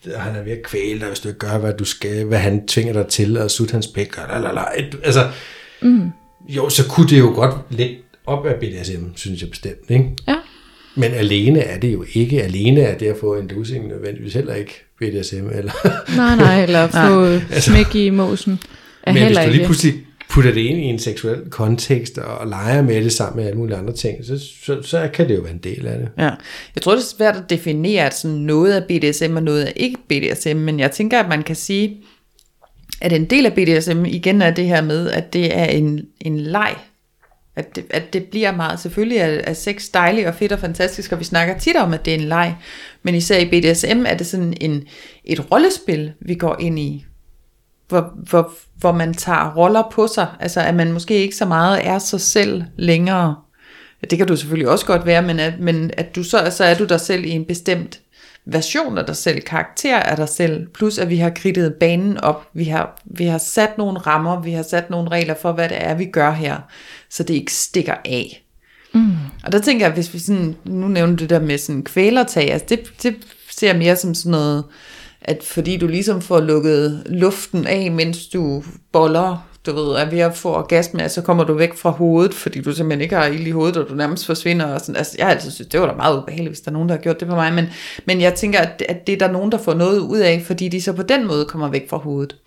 S3: han er ved at kvæle dig, hvis du ikke gør, hvad du skal, hvad han tvinger dig til, og sutte hans pæk, altså, jo, så kunne det jo godt ligge op af BDSM, synes jeg bestemt, ikke?
S4: Ja.
S3: Men alene er det jo ikke. Alene er det at få en dusing nødvendigvis heller ikke BDSM. Eller
S4: nej, eller få smæk i måsen.
S3: Men hvis du lige pludselig putter det ind i en seksuel kontekst og leger med det sammen med alle mulige andre ting, så kan det jo være en del af det.
S2: Ja. Jeg tror, det er svært at definere, at sådan noget af BDSM og noget af ikke BDSM, men jeg tænker, at man kan sige, at en del af BDSM igen er det her med, at det er en leg. At det bliver meget, selvfølgelig er sex dejligt og fedt og fantastisk, og vi snakker tit om, at det er en leg, men især i BDSM er det sådan et rollespil, vi går ind i, hvor man tager roller på sig, altså at man måske ikke så meget er sig selv længere. Det kan du selvfølgelig også godt være, men at du så er du dig selv i en bestemt version af dig selv, karakter af dig selv, plus at vi har kridtet banen op, vi har sat nogle rammer, vi har sat nogle regler for, hvad det er, vi gør her, så det ikke stikker af. Og der tænker jeg, hvis vi sådan, nu nævner det der med sådan kvælertag, altså det ser jeg mere som sådan noget, at fordi du ligesom får lukket luften af, mens du boller, du ved, er ved at få orgasme, så kommer du væk fra hovedet, fordi du simpelthen ikke har ild i hovedet, og du nærmest forsvinder. Og sådan. Altså, jeg altid synes, det var da meget ubehageligt, hvis der er nogen, der har gjort det på mig, men jeg tænker, at det er der nogen, der får noget ud af, fordi de så på den måde kommer væk fra hovedet.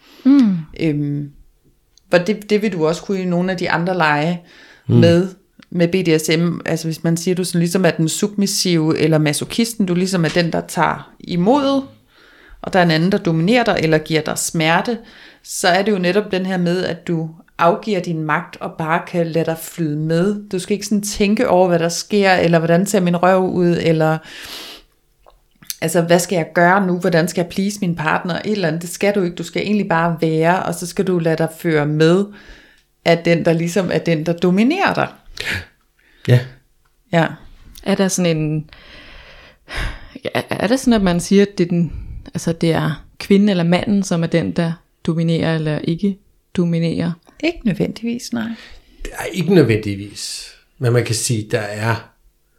S2: For det vil du også kunne i nogle af de andre lege med BDSM, altså hvis man siger, du sådan ligesom er den submissive eller masochisten, du ligesom er den, der tager imod, og der er en anden, der dominerer dig, eller giver dig smerte, så er det jo netop den her med, at du afgiver din magt, og bare kan lade dig flyde med. Du skal ikke sådan tænke over, hvad der sker, eller hvordan ser min røv ud, eller altså, hvad skal jeg gøre nu, hvordan skal jeg please min partner, et eller andet, det skal du ikke, du skal egentlig bare være, og så skal du lade dig føre med, af den, der ligesom er den, der dominerer dig. Ja.
S4: Er der sådan er det sådan, at man siger, at det er kvinden eller manden, som er den, der dominerer eller ikke dominerer?
S2: Ikke nødvendigvis, nej.
S3: Det er ikke nødvendigvis. Men man kan sige, der er...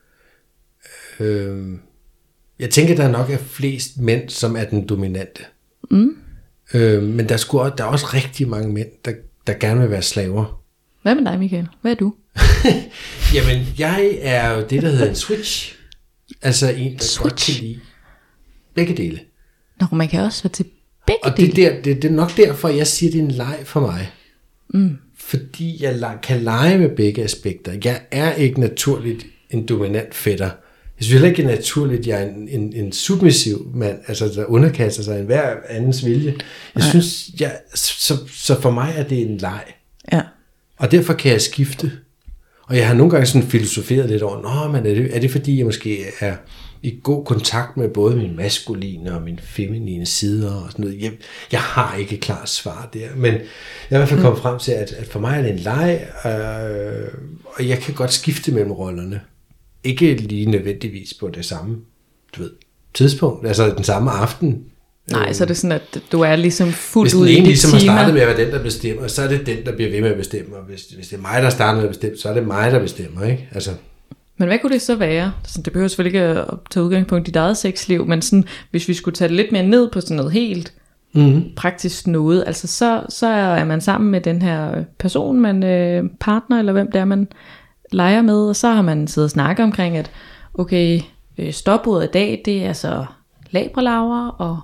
S3: jeg tænker, der nok er flest mænd, som er den dominante. Men der er også rigtig mange mænd, der gerne vil være slaver.
S4: Hvad med dig, Michael? Hvad er du?
S3: Jamen, jeg er jo det, der hedder en switch. Altså en, der godt kan lide begge dele.
S4: Nå, man kan også være til begge
S3: og
S4: dele.
S3: Og det er nok derfor, jeg siger, det er en leg for mig. Fordi jeg kan lege med begge aspekter. Jeg er ikke naturligt en dominant fætter. Jeg synes heller ikke, det er naturligt, at jeg er en submissiv mand, altså der underkaster sig en hver andens vilje. Jeg synes, så for mig er det en leg.
S2: Ja.
S3: Og derfor kan jeg skifte. Og jeg har nogle gange sådan filosoferet lidt over, men er det fordi, jeg måske er i god kontakt med både min maskuline og min feminine sider og sådan noget. Jeg har ikke et klart svar der, men jeg er i hvert fald kommet frem til, at for mig er det en leg, og jeg kan godt skifte mellem rollerne. Ikke lige nødvendigvis på det samme, tidspunkt, altså den samme aften.
S4: Nej, så er det sådan, at du er ligesom fuldt ud
S3: i dit
S4: tema.
S3: Hvis den ene ligesom har startet med at være den, der bestemmer, så er det den, der bliver ved med at bestemme. Og hvis det er mig, der starter med at bestemme, så er det mig, der bestemmer, ikke? Altså.
S4: Men hvad kunne det så være? Det behøver selvfølgelig ikke at tage udgangspunkt i dit eget sexliv, men sådan, hvis vi skulle tage det lidt mere ned på sådan noget helt praktisk noget, altså så er man sammen med den her person, man partner, eller hvem det er, man leger med, og så har man siddet og snakket omkring, at okay, stopordet i dag, det er så labralaver, og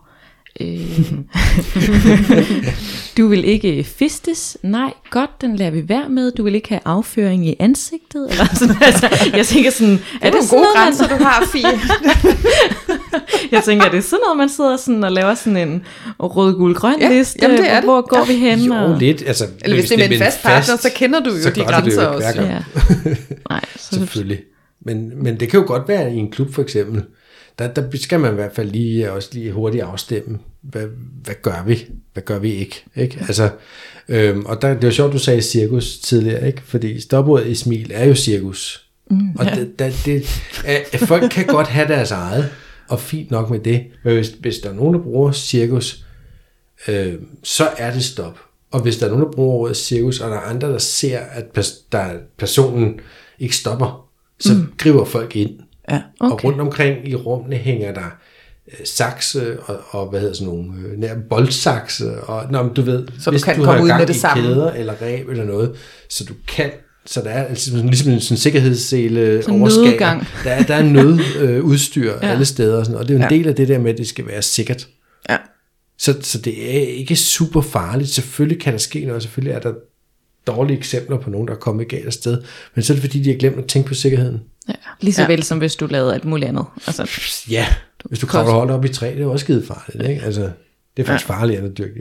S4: du vil ikke fistes. Nej, godt, den lader vi være med. Du vil ikke have afføring i ansigtet eller sådan. Altså, jeg tænker sådan,
S2: er det gode grænser du har, Fie?
S4: Jeg tænker, det er sådan noget, man sidder sådan og laver sådan en rød-guld-grøn liste.
S2: Jamen, det er
S4: hvor går vi hen?
S3: Jo, lidt. Altså,
S2: eller hvis det er med en fast partner, så kender du jo de grænser også.
S4: Ja. Nej,
S3: selvfølgelig. Men det kan jo godt være i en klub for eksempel. Der skal man i hvert fald lige hurtigt afstemme, hvad gør vi? Hvad gør vi ikke? Altså, og det var sjovt, du sagde cirkus tidligere, ikke? Fordi stopordet i smil er jo cirkus. Og folk kan godt have deres eget, og fint nok med det. Men hvis der er nogen, der bruger cirkus, så er det stop. Og hvis der er nogen, der bruger ordet cirkus, og der er andre, der ser, at personen ikke stopper, så griber folk ind.
S2: Ja,
S3: okay. Og rundt omkring i rummene hænger der sakse og hvad hedder sådan nogle boldsakse, og du ved,
S2: så
S3: hvis
S2: du kan
S3: du
S2: komme
S3: har
S2: ud
S3: gang
S2: med det
S3: i
S2: samme.
S3: kæder eller reb eller noget, så du kan, så der er altså ligesom en sådan sikkerhedssele
S4: nødgang.
S3: der er nødudstyr alle steder, og det er jo en del af det der med, at det skal være sikkert.
S2: Ja.
S3: Så det er ikke super farligt. Selvfølgelig kan der ske noget, selvfølgelig er der dårlige eksempler på nogen, der er kommet galt afsted, men så er det fordi, de har glemt at tænke på sikkerheden.
S4: Ja, lige så vel som hvis du lavede alt muligt andet. Altså,
S3: ja, hvis du kravler holdt op i træ, det er jo også skide farligt, ikke? Altså, det er faktisk farligt at dyrke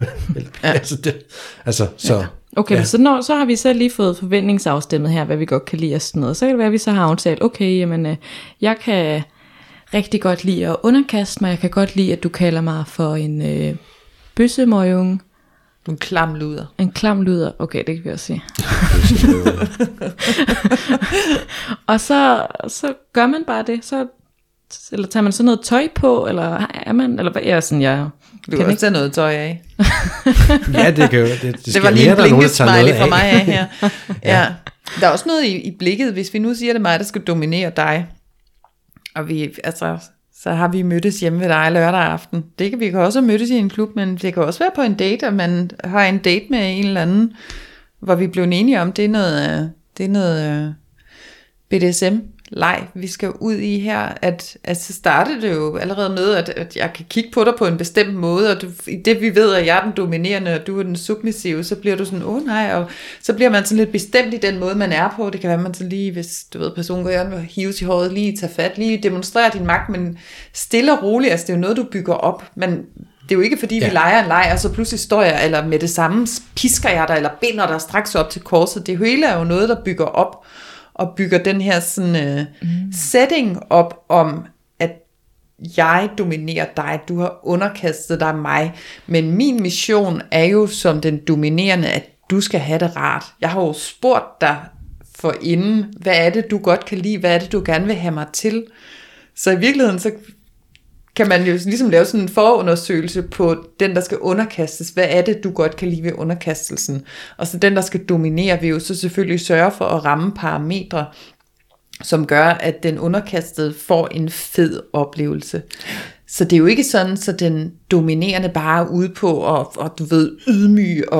S3: DSM. Så
S4: okay, men så har vi så lige fået forventningsafstemmet her, hvad vi godt kan lide og sådan noget. Så kan det være, at vi så har aftalt, okay, jamen, jeg kan rigtig godt lide at underkaste mig, jeg kan godt lide, at du kalder mig for en bøssemøgunge.
S2: En klam luder.
S4: En klam luder, okay, det kan vi også sige. Og så gør man bare det, eller tager man så noget tøj på, eller er man, eller hvad er sådan, jeg
S2: du kan også tage noget tøj af.
S3: Ja, det kan jo, det
S2: var lige en blinkesmiley fra mig af her. Ja. Der er også noget i blikket, hvis vi nu siger, det er mig, der skal dominere dig, og så har vi mødtes hjemme ved dig lørdag aften. Vi kan også mødtes i en klub, men det kan også være på en date, og man har en date med en eller anden, hvor vi blev enige om, det er noget BDSM-leg, vi skal ud i her. At så startede det jo allerede med, at jeg kan kigge på dig på en bestemt måde, og i det vi ved, at jeg er den dominerende, og du er den submissive, så bliver du sådan, nej, og så bliver man sådan lidt bestemt i den måde, man er på. Det kan være, man så lige, hvis du ved, personen går gerne vil hives i håret, lige tage fat, lige demonstrere din magt, men stille og roligt, altså det er jo noget, du bygger op, men det er jo ikke fordi, vi leger en leg, og så pludselig står jeg, eller med det samme pisker jeg dig, eller binder dig straks op til korset. Det hele er jo noget, der bygger op, og bygger den her sådan, setting op om, at jeg dominerer dig, du har underkastet dig mig, men min mission er jo som den dominerende, at du skal have det rart. Jeg har jo spurgt dig forinden, hvad er det, du godt kan lide, hvad er det, du gerne vil have mig til. Så i virkeligheden, så kan man jo ligesom lave sådan en forundersøgelse på den, der skal underkastes. Hvad er det, du godt kan lide ved underkastelsen? Og så den, der skal dominere, vil jo så selvfølgelig sørge for at ramme parametre, som gør, at den underkastede får en fed oplevelse. Så det er jo ikke sådan, så den dominerende bare er ude på at du ved, ydmyge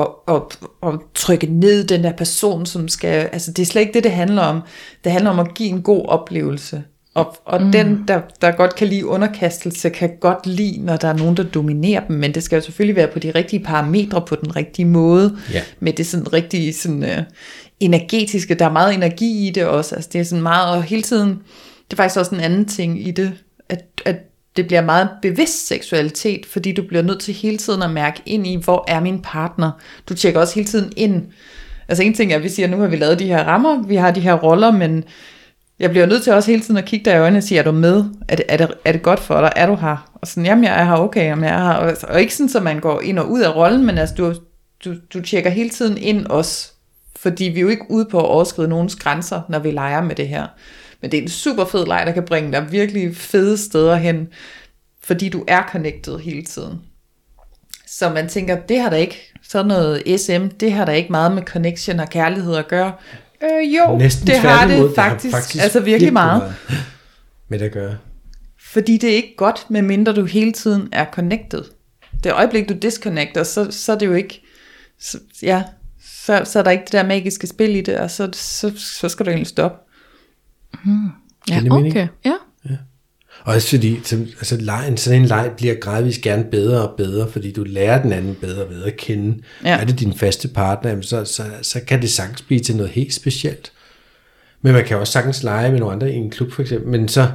S2: og trykke ned den der person, som skal, altså det er slet ikke det handler om. Det handler om at give en god oplevelse. Og den, der godt kan lide underkastelse, kan godt lide, når der er nogen, der dominerer dem, men det skal jo selvfølgelig være på de rigtige parametre, på den rigtige måde, med det sådan rigtige sådan, energetiske, der er meget energi i det også, altså det er sådan meget, og hele tiden, det er faktisk også en anden ting i det, at det bliver meget bevidst seksualitet, fordi du bliver nødt til hele tiden at mærke ind i, hvor er min partner, du tjekker også hele tiden ind, altså en ting er, at vi siger, nu har vi lavet de her rammer, vi har de her roller, men jeg bliver nødt til også hele tiden at kigge dig i øjnene og sige, er du med? Er det godt for dig? Er du her? Og sådan, jamen jeg er her, okay, jamen jeg er her. Og ikke sådan, så man går ind og ud af rollen, men altså du tjekker hele tiden ind også. Fordi vi er jo ikke ude på at overskride nogens grænser, når vi leger med det her. Men det er en super fed leg, der kan bringe dig virkelig fede steder hen, fordi du er connected hele tiden. Så man tænker, det har da ikke sådan noget SM, det har da ikke meget med connection og kærlighed at gøre. Jo,
S3: næsten
S2: det har det faktisk altså virkelig meget
S3: med det at gøre.
S2: Fordi det er ikke godt, medmindre du hele tiden er connected. Det øjeblik, du disconnecter, så er det jo ikke, så er der ikke det der magiske spil i det, og så skal du egentlig stoppe.
S4: Ja, okay. Ja.
S3: Og også fordi, sådan en leg bliver gradvist gerne bedre og bedre, fordi du lærer den anden bedre og bedre at kende. Ja. Er det din faste partner, så kan det sagtens blive til noget helt specielt. Men man kan også sagtens lege med nogle andre i en klub for eksempel, men så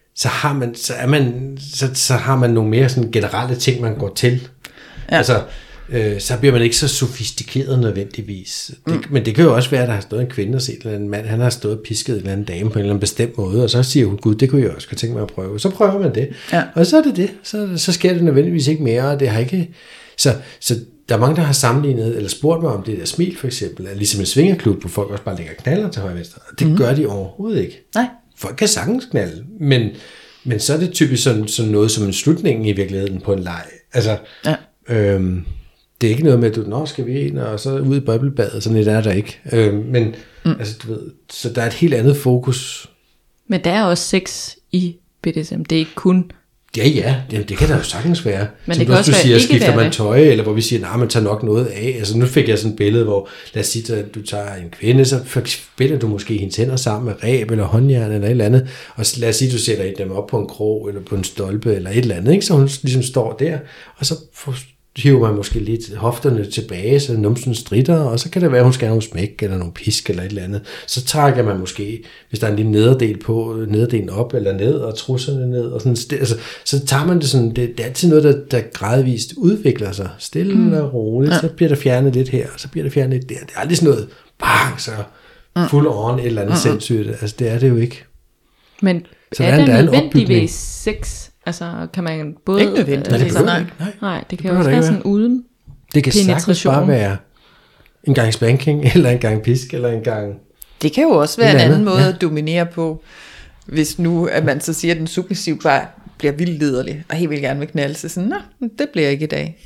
S3: har man nogle mere sådan generelle ting, man går til. Ja. Altså, så bliver man ikke så sofistikeret nødvendigvis. Men det kan jo også være, at der har stået en kvinde og set en eller anden mand, han har stået og pisket en eller anden dame på en eller anden bestemt måde, og så siger hun, gud, det kunne jeg også godt tænke mig at prøve. Så prøver man det. Ja. Og så er det. Så sker det nødvendigvis ikke mere, og det har ikke... Så der er mange, der har sammenlignet, eller spurgt mig om det der smil for eksempel, er ligesom en svingerklub, hvor folk også bare lægger knaller til højre og venstre. Det gør de overhovedet ikke. Nej. Folk kan sagtens knalde, men så er det typisk sådan noget som en slutning i virkeligheden på en leg. Altså... Ja. Det er ikke noget med, at du skal vi ind og så ud i boblebadet, sådan lidt er der ikke. Altså, du ved, så der er et helt andet fokus.
S4: Men der er også sex i BDSM. Det er ikke kun
S3: Ja, det kan da jo sagtens være.
S4: Men det kan også være,
S3: siger,
S4: ikke
S3: skifter
S4: være
S3: man
S4: det.
S3: tøj, eller hvor vi siger, nej, man tager nok noget af. Altså nu fik jeg sådan et billede, hvor lad os sige, at du tager en kvinde, så spiller du måske hendes hænder sammen med reb eller håndjern eller et eller andet, og lad os sige, du sætter dem op på en krog eller på en stolpe eller et eller andet, ikke? Så hun ligesom står der, og så hiver man måske lidt hofterne tilbage, så numsen stritter, og så kan det være, at hun skal have nogle smæk eller nogle pisk eller et eller andet. Så trækker man måske, hvis der er en lille nederdel på, nederdelen op eller ned, og trusserne ned, og sådan, altså, så tager man det sådan, det er altid noget, der gradvist udvikler sig, stille og roligt, så bliver der fjernet lidt her, og så bliver der fjernet lidt der. Det er aldrig sådan noget, bang, så full on et eller andet sindssygt, altså det er det jo ikke.
S4: Men
S3: så
S4: er det
S3: en
S4: nødvendigvis sex? Altså kan man både...
S2: Ikke nødvendigt.
S3: Nej, det behøver ikke.
S4: Nej, det kan jo også være sådan uden
S3: det kan sagtens bare være en gang spanking, eller en gang pisk, eller en gang...
S2: Det kan jo også være en anden måde at dominere på, hvis nu, at man så siger, at den submissiv bare bliver vildt liderlig, og helt vildt gerne vil knalde sig sådan, nå, det bliver ikke i dag.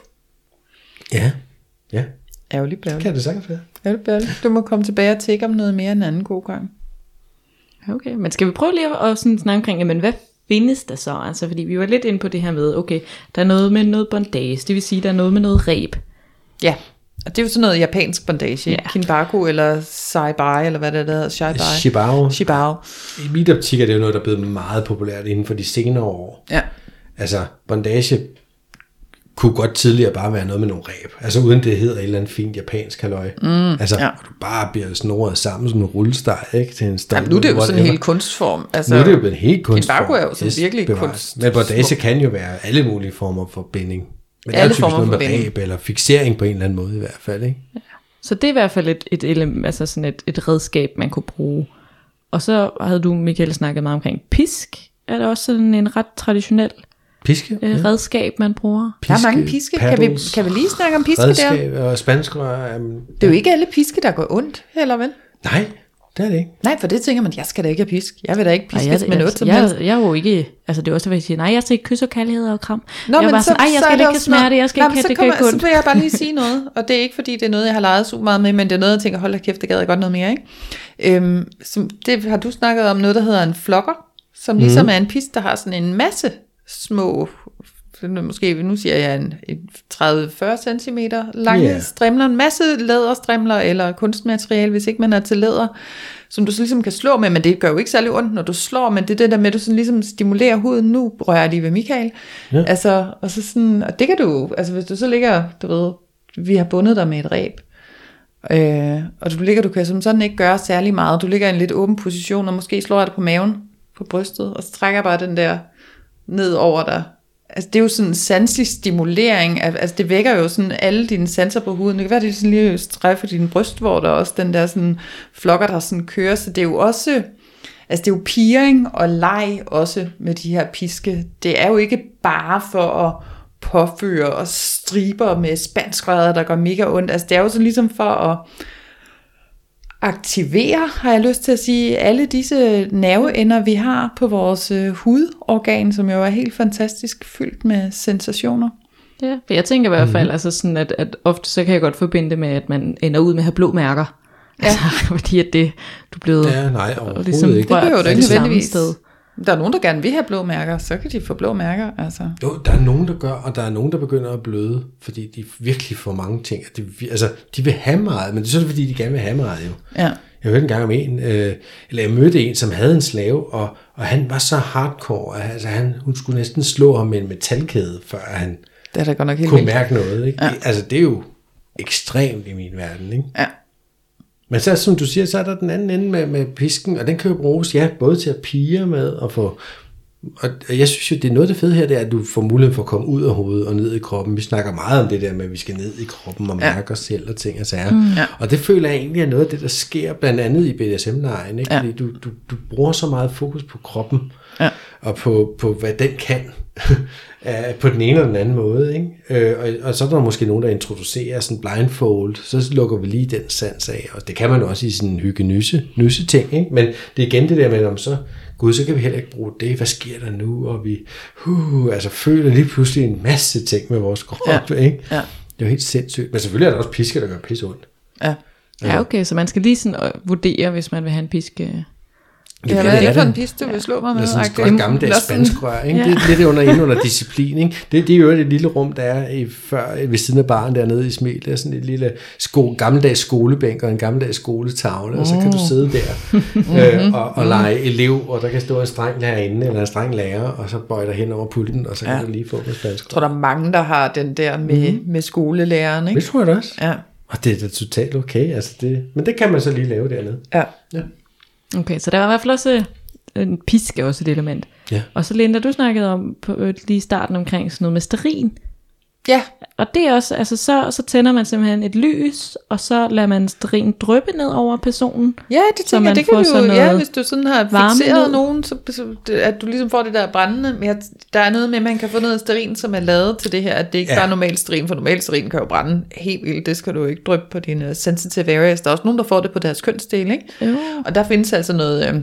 S3: Ja.
S2: Ærgerligt bærligt.
S3: Kan det sagtens være.
S2: Ærgerligt bærligt. Du må komme tilbage og tække om noget mere en anden god gang.
S4: Okay, men skal vi prøve lige at sådan snakke omkring, jamen hvad findes der så? Altså, fordi vi var lidt inde på det her med, okay, der er noget med noget bondage, det vil sige, der er noget med noget reb.
S2: Ja, og det er jo sådan noget japansk bondage, kinbaku eller saibai, eller hvad det hedder, shibao.
S3: I mit optik er det jo noget, der er blevet meget populært inden for de senere år.
S2: Ja.
S3: Altså, bondage kunne godt tidligere bare være noget med nogle reb. Altså uden det hedder et eller andet fint japansk halløj. Altså, hvor du bare bliver snoret sammen som en rullesteg, ikke? Til en
S2: Jamen, nu er det jo sådan en hel kunstform. Altså,
S3: nu er det jo en helt kunstform.
S2: Kinbaku er jo sådan virkelig kunst.
S3: Men bondage kan jo være alle mulige former for binding. Men
S2: alle
S3: det er typisk noget med
S2: binding.
S3: reb eller fiksering på en eller anden måde i hvert fald, ikke?
S4: Ja. Så det er i hvert fald et element, altså sådan et redskab, man kunne bruge. Og så havde du, Michael, snakket meget omkring pisk. Er det også sådan en ret traditionel
S3: piske?
S4: Redskab, man bruger?
S2: Der er mange piske. Kan vi lige snakke om piske
S3: redskab
S2: der?
S3: Og spanskrør.
S2: Det er jo ikke alle piske, der går ondt, heller vel?
S3: Nej, det er det ikke.
S2: Nej, for det tænker man, jeg skal da ikke have pisk. Jeg vil da ikke piskes med noget som helst.
S4: Jeg er jo ikke, altså det er også, hvad jeg siger, nej, jeg skal ikke kysse og kærlighed og kram.
S2: Nå,
S4: jeg var sådan, jeg skal ikke have smerte, jeg skal ikke have det gør ikke ondt.
S2: Så vil jeg bare lige sige noget, og det er ikke fordi, det er noget, jeg har leget super meget med, men det er noget, jeg tænker, hold da kæft, det gad jeg godt noget mere, ikke? Det har du snakket om noget, der hedder en flokker, som ligesom er en pisk, der har sådan en masse små, måske nu siger jeg en 30-40 cm lange strimler, en masse læderstrimler eller kunstmateriale, hvis ikke man er til læder, som du så ligesom kan slå med, men det gør jo ikke særlig ondt, når du slår, men det er det der med, at du sådan ligesom stimulerer huden. Nu rører jeg lige ved Michael. Ja. Altså, og så sådan, og det kan du, altså hvis du så ligger, du ved, vi har bundet dig med et reb, og du kan som sådan ikke gøre særlig meget. Du ligger i en lidt åben position, og måske slår jeg dig på maven, på brystet, og så trækker jeg bare den der ned over dig. Altså det er jo sådan en sanselig stimulering, altså det vækker jo sådan alle dine sanser på huden. Det kan være, det sådan lige strejfer din bryst, hvor der også den der sådan flokker, der sådan kører. Så det er jo også, altså det er jo pirring og leg også med de her piske. Det er jo ikke bare for at påføre og striber med spanskrødder, der går mega ondt. Altså det er jo sådan ligesom for at aktivere, har jeg lyst til at sige, alle disse nerveender, vi har på vores hudorgan, som jo er helt fantastisk fyldt med sensationer.
S4: Ja, for jeg tænker i hvert fald, altså sådan, at ofte så kan jeg godt forbinde det med, at man ender ud med at have blå mærker. Ja. Altså, fordi at det, du er blevet...
S3: Ja, nej, overhovedet
S4: ligesom
S3: ikke.
S2: Det behøver du ikke nødvendigvis. Der er nogen, der gerne vil have blå mærker, så kan de få blå mærker. Altså.
S3: Jo, der er nogen, der gør, og der er nogen, der begynder at bløde, fordi de virkelig får mange ting. De vil have meget, men det er sådan, fordi de gerne vil have meget jo.
S2: Ja.
S3: Jeg hørte engang om jeg mødte en, som havde en slave, og han var så hardcore, altså hun skulle næsten slå ham med en metalkæde, før han
S2: det er da godt nok helt
S3: kunne mærke noget. Ikke?
S2: Ja.
S3: Altså det er jo ekstremt i min verden, ikke?
S2: Ja.
S3: Men så som du siger, så er der den anden ende med pisken, og den kan jo bruges, både til at pige med og få... Og jeg synes jo, det er noget af det fede her, det er, at du får mulighed for at komme ud af hovedet og ned i kroppen. Vi snakker meget om det der med, at vi skal ned i kroppen og mærke os selv og ting og sager. Ja. Og det føler jeg egentlig er noget af det, der sker blandt andet i BDSM-lejen. Ikke? Fordi du bruger så meget fokus på kroppen, og på hvad den kan, på den ene eller den anden måde. Ikke? Og så er der måske nogen, der introducerer sådan blindfold, så lukker vi lige den sans af. Og det kan man også i sådan en hygge-nysse ting. Ikke? Men det er igen det der med, om så så kan vi heller ikke bruge det. Hvad sker der nu? Og vi føler lige pludselig en masse ting med vores krop. Ikke? Ja. Det er jo helt sindssygt. Men selvfølgelig er der også pisker, der gør pisse ondt.
S2: Ja.
S4: Ja, okay. Så man skal lige sådan vurdere, hvis man vil have en piske.
S2: Ja, hvad er det for en piste, du vil slå mig med?
S3: Det er sådan et gammeldags spansk rør, ikke? Det er lidt under disciplin, ikke? Det er jo et lille rum, der er ved siden af baren dernede i Smel. Det er sådan et lille gammeldags skolebænk og en gammeldags skoletavle, og så kan du sidde der og lege elev, og der kan stå en streng lærerinde eller en streng lærer, og så bøjer der hen over pulten, og så kan du lige få på spansk rør.
S2: Jeg tror, der er mange, der har den der med skolelæreren, ikke?
S3: Det tror jeg da også.
S2: Ja.
S3: Og det er da totalt okay, altså men det kan man så lige lave dernede.
S2: Ja.
S4: Okay, så der var i hvert fald også en pisk er også et element.
S3: Ja.
S4: Og så Linda, du snakkede om lige i starten omkring sådan noget med stearin.
S2: Ja.
S4: Og det er også, altså så tænder man simpelthen et lys, og så lader man stearin dryppe ned over personen.
S2: Ja, det tænker jeg, det kan du jo, hvis du sådan har fixeret nogen, så at du ligesom får det der brændende. Men der er noget med, at man kan få noget stearin, som er lavet til det her, at det ikke bare er normal stearin, for normal stearin kan jo brænde helt vildt. Det skal du ikke dryppe på dine sensitive areas. Der er også nogen, der får det på deres kønsdel, ikke? Jo. Og der findes altså noget...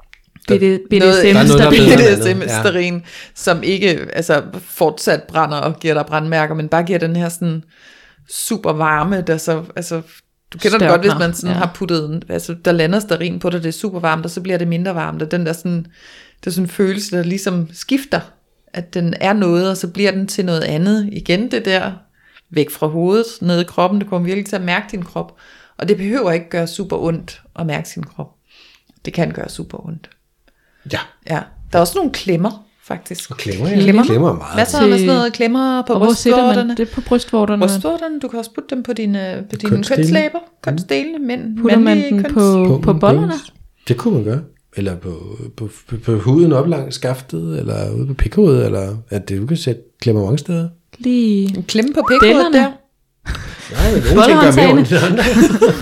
S2: BDSM-stearin, som ikke fortsat brænder og giver dig brandmærker, men bare giver den her sådan super varme, der så, du kender det godt, hvis man sådan har puttet, der lander stearin på det, det er super varmt, og så bliver det mindre varmt, og den der sådan, det er sådan en følelse, der ligesom skifter, at den er noget, og så bliver den til noget andet, igen det der, væk fra hovedet, ned i kroppen, det kommer virkelig til at mærke din krop, og det behøver ikke gøre super ondt at mærke sin krop, det kan gøre super ondt.
S3: Ja.
S2: Der er også nogle klemmer, faktisk.
S3: Og klemmer meget.
S2: Masser af sådan noget klemmer på brystvorterne.
S4: Det er på brystvorterne.
S2: Brystvorterne, du kan også putte dem på dine kønslæber, kønsdelene, mænd.
S4: Putter man den på bollerne?
S3: Det kunne man gøre. Eller på huden op langs skaftet, eller ude på pikhovedet, eller at du kan sætte klemmer mange steder.
S2: Lige en klemme på pikhovedet der.
S3: Nej, men nogle ting gør mere ondt end andre.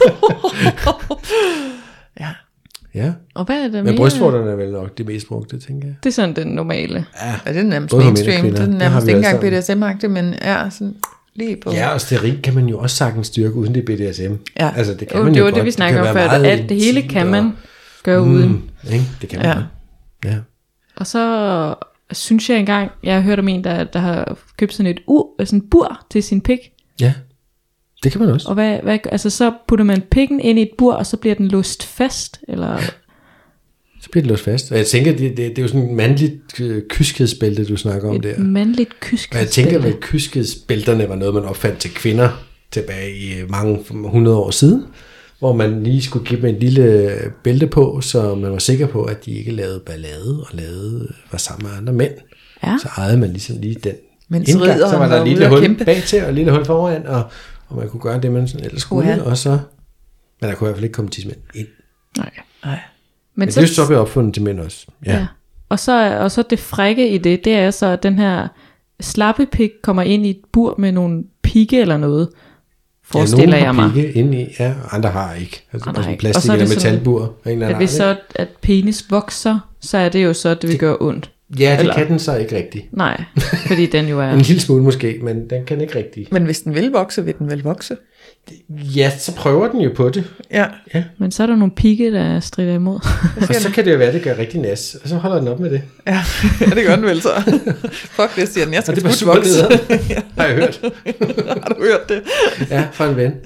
S3: Ja.
S4: Og hvad er det
S3: men brystvorterne er vel nok det mest brugte, tænker jeg.
S4: Det er sådan den normale.
S2: Ja, det er nærmest mainstream. Det er nærmest ikke engang BDSM-agtigt, men sådan lige på.
S3: Ja, og stearin kan man jo også sagtens styrke uden det BDSM.
S2: Ja.
S3: Altså det kan man jo
S4: det var
S3: godt.
S4: Det vi snakker om før, at alt det hele kan man gøre uden.
S3: Ikke? Det kan man. Ja.
S4: Og så synes jeg engang, jeg har hørt om en, der har købt sådan et bur til sin pik. Ja.
S3: Det kan man også.
S4: Og altså så putter man pikken ind i et bur, og så bliver den låst fast, eller...
S3: Så bliver den låst fast. Og jeg tænker, det er jo sådan et mandligt kyskhedsbælte, du snakker om der.
S4: Et mandligt kyskhedsbælte.
S3: Og jeg tænker, at kyskhedsbælterne var noget, man opfandt til kvinder tilbage i mange 100 år siden, hvor man lige skulle give dem en lille bælte på, så man var sikker på, at de ikke lavede ballade og var sammen med andre mænd. Ja. Så ejede man ligesom lige den indgang. Så var der et lille hul bag til og et lille hul foran, og man kunne gøre det, man ellers skulle, og så... Men der kunne i hvert fald ikke komme tidsmænd ind.
S4: Nej.
S3: Men det er så blev opfundet til mænd også. Ja.
S4: Og så det frække i det er så, at den her slappe pik kommer ind i et bur med nogle pigge eller noget, forestiller jeg mig.
S3: Ja, nogle har pigge ind i, ja, andre har ikke. Altså bare sådan plastik eller metalbur.
S4: At hvis så, at penis vokser, så er det jo så, at det vil gøre ondt.
S3: Ja, det kan den så ikke rigtigt.
S4: Nej, fordi den jo er...
S3: en lille smule måske, men den kan ikke rigtigt.
S2: Men hvis den vil vokse, vil den vel vokse?
S3: Ja, så prøver den jo på det.
S2: Ja.
S4: Men så er der nogle pigge, der strider imod.
S3: Og så kan det jo være, at det gør rigtig nas. Og så holder den op med det.
S2: Ja, det gør den vel så. Fuck det, siger den. Jeg skal
S3: det var vokse. Har jeg hørt.
S2: Har du hørt det?
S3: Ja, fra en ven.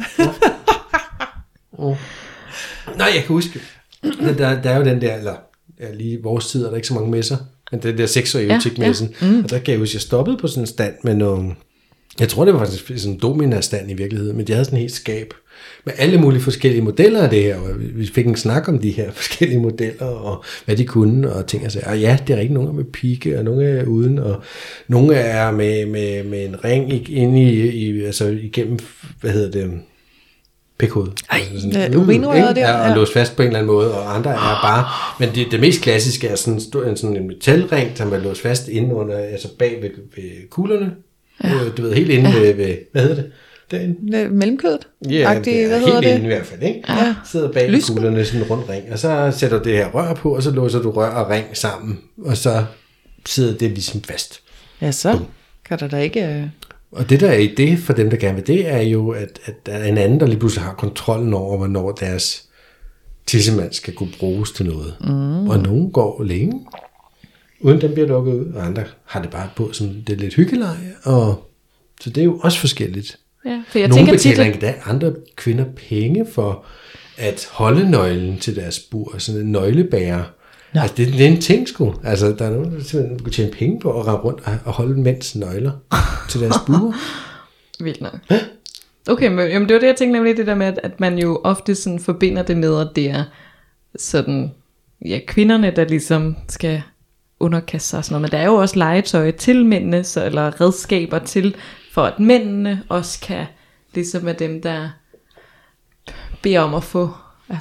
S3: Nej, jeg kan huske. Der er jo den der, eller lige i vores tid er der ikke så mange messer. Men det der sex- og erotik-messen. Og der kan jeg huske, at jeg stoppede på sådan en stand med nogle... Jeg tror, det var faktisk sådan en domina-stand i virkeligheden, men de havde sådan en helt skab med alle mulige forskellige modeller af det her, og vi fik en snak om de her forskellige modeller, og hvad de kunne, og ting og sager. Og ja, det er rigtig nogle er med pigge, og nogle er uden, og nogle er med en ring inde i altså igennem, hvad hedder det, pikhoved.
S2: Urinrøret der.
S3: Ja, og låst fast på en eller anden måde, og andre er bare, men det mest klassiske er sådan en metalring, som er låst fast inde under, altså bag ved kuglerne. Ja. Du ved, helt inde ved, hvad hedder det?
S2: Derinde? Mellemkødet?
S3: Ja, helt inde i hvert fald, ikke? Ja. Sidder bag ved kuglerne sådan en rund ring, og så sætter du det her rør på, og så låser du rør og ring sammen, og så sidder det ligesom fast.
S2: Ja, så kan der da ikke...
S3: Og det der er i det, for dem der gerne vil det, er jo, at der er en anden, der lige pludselig har kontrollen over, hvornår deres tissemand skal kunne bruges til noget. Og nogen går længe, uden den bliver lukket ud, og andre har det bare på som det er lidt hyggeleje, og så det er jo også forskelligt.
S4: Ja, for jeg
S3: nogle betaler endda andre kvinder penge for at holde nøglen til deres bur, sådan en nøglebærer, Altså, det er en ting sgu. Altså, der er nogen, der simpelthen kunne tjene penge på at rende rundt og holde mænds nøgler til deres buer.
S4: Vildt nok. Okay, men jamen, det var det, jeg tænkte nemlig, det der med, at man jo ofte sådan forbinder det med, at det er sådan, ja, kvinderne, der ligesom skal underkaste sig og sådan noget. Men der er jo også legetøj til mændene, eller redskaber til, for at mændene også kan, ligesom er dem, der beder om at få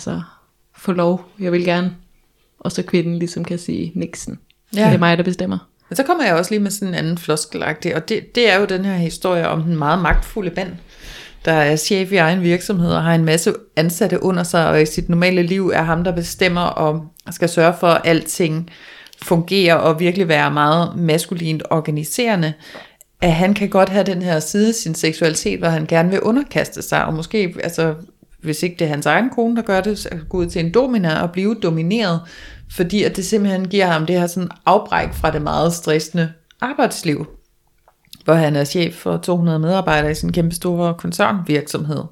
S4: lov. Jeg vil gerne. Og så kvinden ligesom kan sige Nixon. Ja. Det er mig, der bestemmer.
S2: Men så kommer jeg også lige med sådan en anden floskelagtig, og det er jo den her historie om den meget magtfulde mand, der er chef i egen virksomhed og har en masse ansatte under sig, og i sit normale liv er ham, der bestemmer og skal sørge for, at alting fungerer og virkelig være meget maskulint organiserende, at han kan godt have den her side af sin seksualitet, hvor han gerne vil underkaste sig, og måske, altså, hvis ikke det er hans egen kone, der gør det, så gå ud til en domina og blive domineret, fordi at det simpelthen giver ham det her sådan afbræk fra det meget stressende arbejdsliv, hvor han er chef for 200 medarbejdere i sin kæmpe store koncernvirksomhed.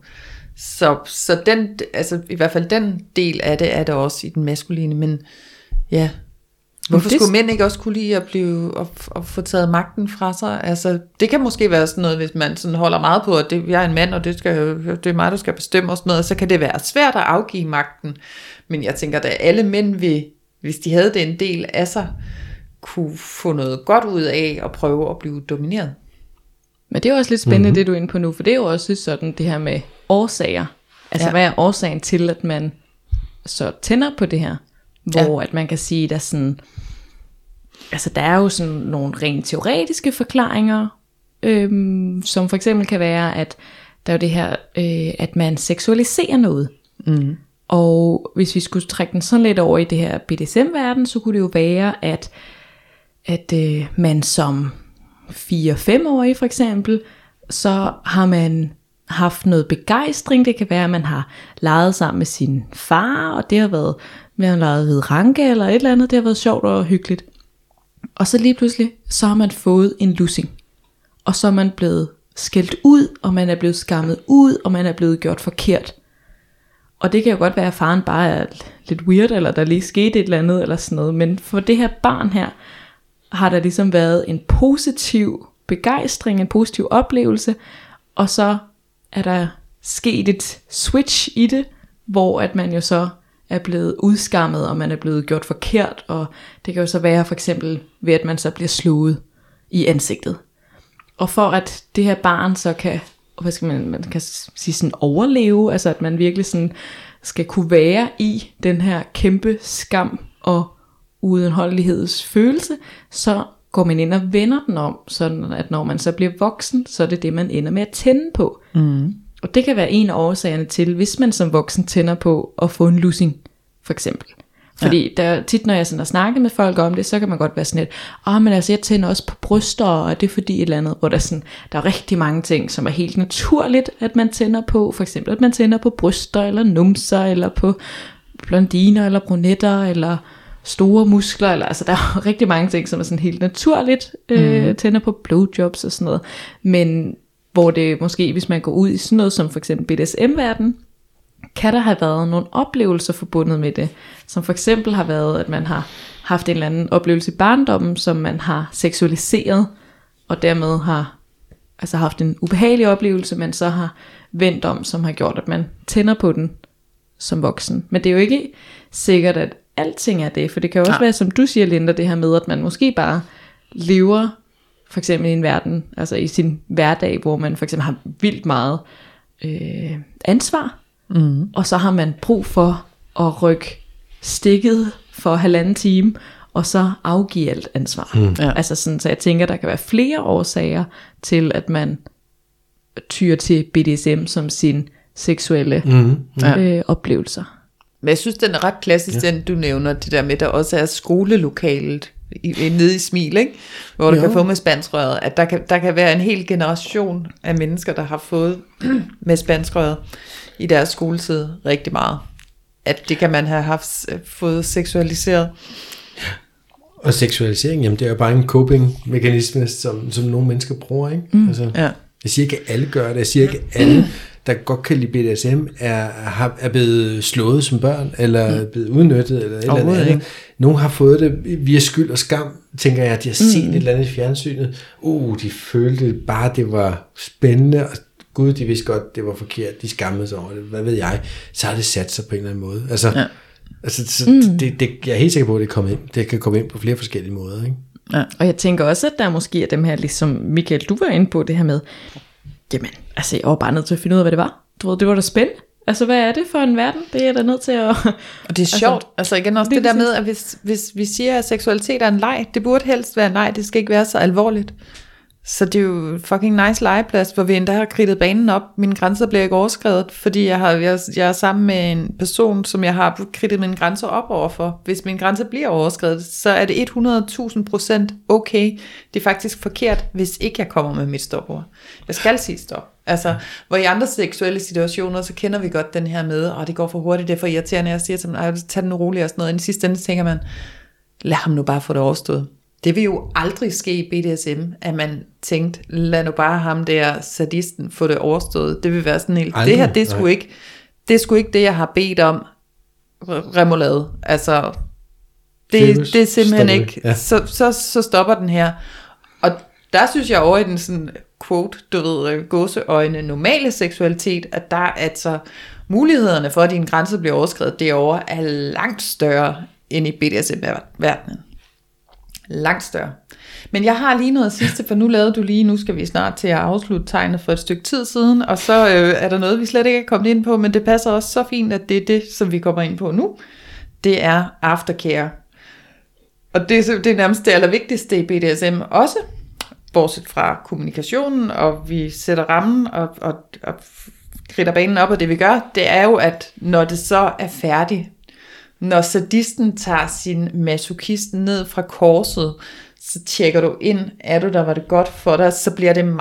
S2: Så den, altså i hvert fald den del af det, er der også i den maskuline, men ja, hvorfor skulle mænd ikke også kunne lide at at få taget magten fra sig? Altså, det kan måske være sådan noget, hvis man sådan holder meget på, at jeg er en mand, og det er mig, der skal bestemme og sådan noget, så kan det være svært at afgive magten. Men jeg tænker, at alle mænd hvis de havde det en del af sig, kunne få noget godt ud af at prøve at blive domineret.
S4: Men det er jo også lidt spændende, det du er inde på nu, for det er jo også sådan det her med årsager. Altså, hvad er årsagen til, at man så tænder på det her? Hvor at man kan sige, der sådan, altså der er jo sådan nogle rent teoretiske forklaringer, som for eksempel kan være, at der er jo det her, at man seksualiserer noget. Mm. Og hvis vi skulle trække den sådan lidt over i det her BDSM-verden, så kunne det jo være, at man som 4-5-årig for eksempel, så har man haft noget begejstring. Det kan være, at man har leget sammen med sin far, og det har været, man har leget ved ranke eller et eller andet. Det har været sjovt og hyggeligt. Og så lige pludselig, så har man fået en lussing. Og så er man blevet skældt ud, og man er blevet skammet ud, og man er blevet gjort forkert. Og det kan jo godt være, at faren bare er lidt weird, eller der lige skete et eller andet, eller sådan noget. Men for det her barn her, har der ligesom været en positiv begejstring, en positiv oplevelse, og så er der sket et switch i det, hvor at man jo så er blevet udskammet, og man er blevet gjort forkert, og det kan jo så være for eksempel ved, at man så bliver slået i ansigtet. Og for at det her barn så kan, hvad skal man kan sige sådan overleve, altså at man virkelig sådan skal kunne være i den her kæmpe skam og udenholdelighedsfølelse, så går man ind og vender den om, sådan at når man så bliver voksen, så er det det, man ender med at tænde på. Mm. Og det kan være en af årsagerne til, hvis man som voksen tænder på at få en lussing, for eksempel. Fordi der, tit når jeg sådan har snakket med folk om det, så kan man godt være sådan lidt, men altså jeg tænder også på bryster, og det er fordi et eller andet, hvor der er rigtig mange ting, som er helt naturligt, at man tænder på. For eksempel, at man tænder på bryster, eller numser, eller på blondiner, eller brunetter, eller store muskler, eller altså der er rigtig mange ting, som er sådan helt naturligt, tænder på blowjobs og sådan noget. Men hvor det måske, hvis man går ud i sådan noget som for eksempel BDSM-verden, kan der have været nogle oplevelser forbundet med det, som for eksempel har været, at man har haft en eller anden oplevelse i barndommen, som man har seksualiseret, og dermed har altså haft en ubehagelig oplevelse, man så har vendt om, som har gjort, at man tænder på den som voksen. Men det er jo ikke sikkert, at alting er det, for det kan jo også være, som du siger, Linda, det her med, at man måske bare lever for eksempel i en verden, altså i sin hverdag, hvor man for eksempel har vildt meget ansvar, og så har man brug for at rykke stikket for 1,5 time, og så afgive alt ansvar. Altså sådan, så jeg tænker, der kan være flere årsager til, at man tyr til BDSM som sin seksuelle oplevelser.
S2: Men jeg synes, den er ret klassisk, den du nævner, det der med, der også er skolelokalet nede i Smil, ikke? Hvor du kan få med spanskrøret, at der kan være en hel generation af mennesker, der har fået med spanskrøret i deres skoletid rigtig meget. At det kan man have fået seksualiseret.
S3: Og seksualisering, jamen det er jo bare en coping-mekanisme, som nogle mennesker bruger, ikke? Altså, jeg siger ikke, at alle gør det, jeg siger ikke, at alle der godt kan lide BDSM, er blevet slået som børn, eller blevet udnyttet, eller et eller andet.
S2: Ikke.
S3: Nogle har fået det via skyld og skam, tænker jeg, at de har set et eller andet i fjernsynet. De følte bare, det var spændende, og gud, de vidste godt, det var forkert, de skammede sig over det, hvad ved jeg, så har det sat sig på en eller anden måde. Jeg er helt sikker på, at det kan komme ind på flere forskellige måder, ikke?
S4: Ja. Og jeg tænker også, at der måske er dem her, ligesom Michael, du var inde på det her med, jamen, altså jeg var bare nødt til at finde ud af, hvad det var. Du ved, det var da spændende. Altså, hvad er det for en verden? Det er der nødt til at...
S2: Og det er sjovt. Altså igen også det der med, at hvis vi siger, at seksualitet er en leg, det burde helst være en leg, det skal ikke være så alvorligt. Så det er jo fucking nice legeplads, hvor vi endda har kridtet banen op. Mine grænser bliver ikke overskredet, fordi jeg er sammen med en person, som jeg har kridtet mine grænser op overfor. Hvis mine grænser bliver overskredet, så er det 100.000% okay. Det er faktisk forkert, hvis ikke jeg kommer med mit stopord. Jeg skal sige stop. Altså, hvor i andre seksuelle situationer, så kender vi godt den her med, det går for hurtigt, det er for irriterende, jeg siger til dem, tag den roligt og sådan noget. Og i sidste ende tænker man, lad ham nu bare få det overstået. Det vil jo aldrig ske i BDSM, at man tænkte, lad nu bare ham der sadisten få det overstået. Det vil være sådan helt, aldrig, det her, det er sgu ikke det, jeg har bedt om, remoulade. Altså, det er simpelthen ikke, ja. Så stopper den her. Og der synes jeg over i den sådan, quote, du ved, gåseøjne, normale seksualitet, at der altså, mulighederne for, at dine grænser bliver overskredet derovre, er langt større end i BDSM-verdenen. Langt større. Men jeg har lige noget sidste, for nu skal vi snart til at afslutte tegnet for et stykke tid siden, og så er der noget, vi slet ikke er kommet ind på, men det passer også så fint, at det er det, som vi kommer ind på nu. Det er aftercare. Og det er nærmest det allervigtigste i BDSM også, bortset fra kommunikationen, og vi sætter rammen og kridter banen op, og det vi gør, det er jo, at når det så er færdigt, når sadisten tager sin masochist ned fra korset, så tjekker du ind, var det godt for dig, så bliver det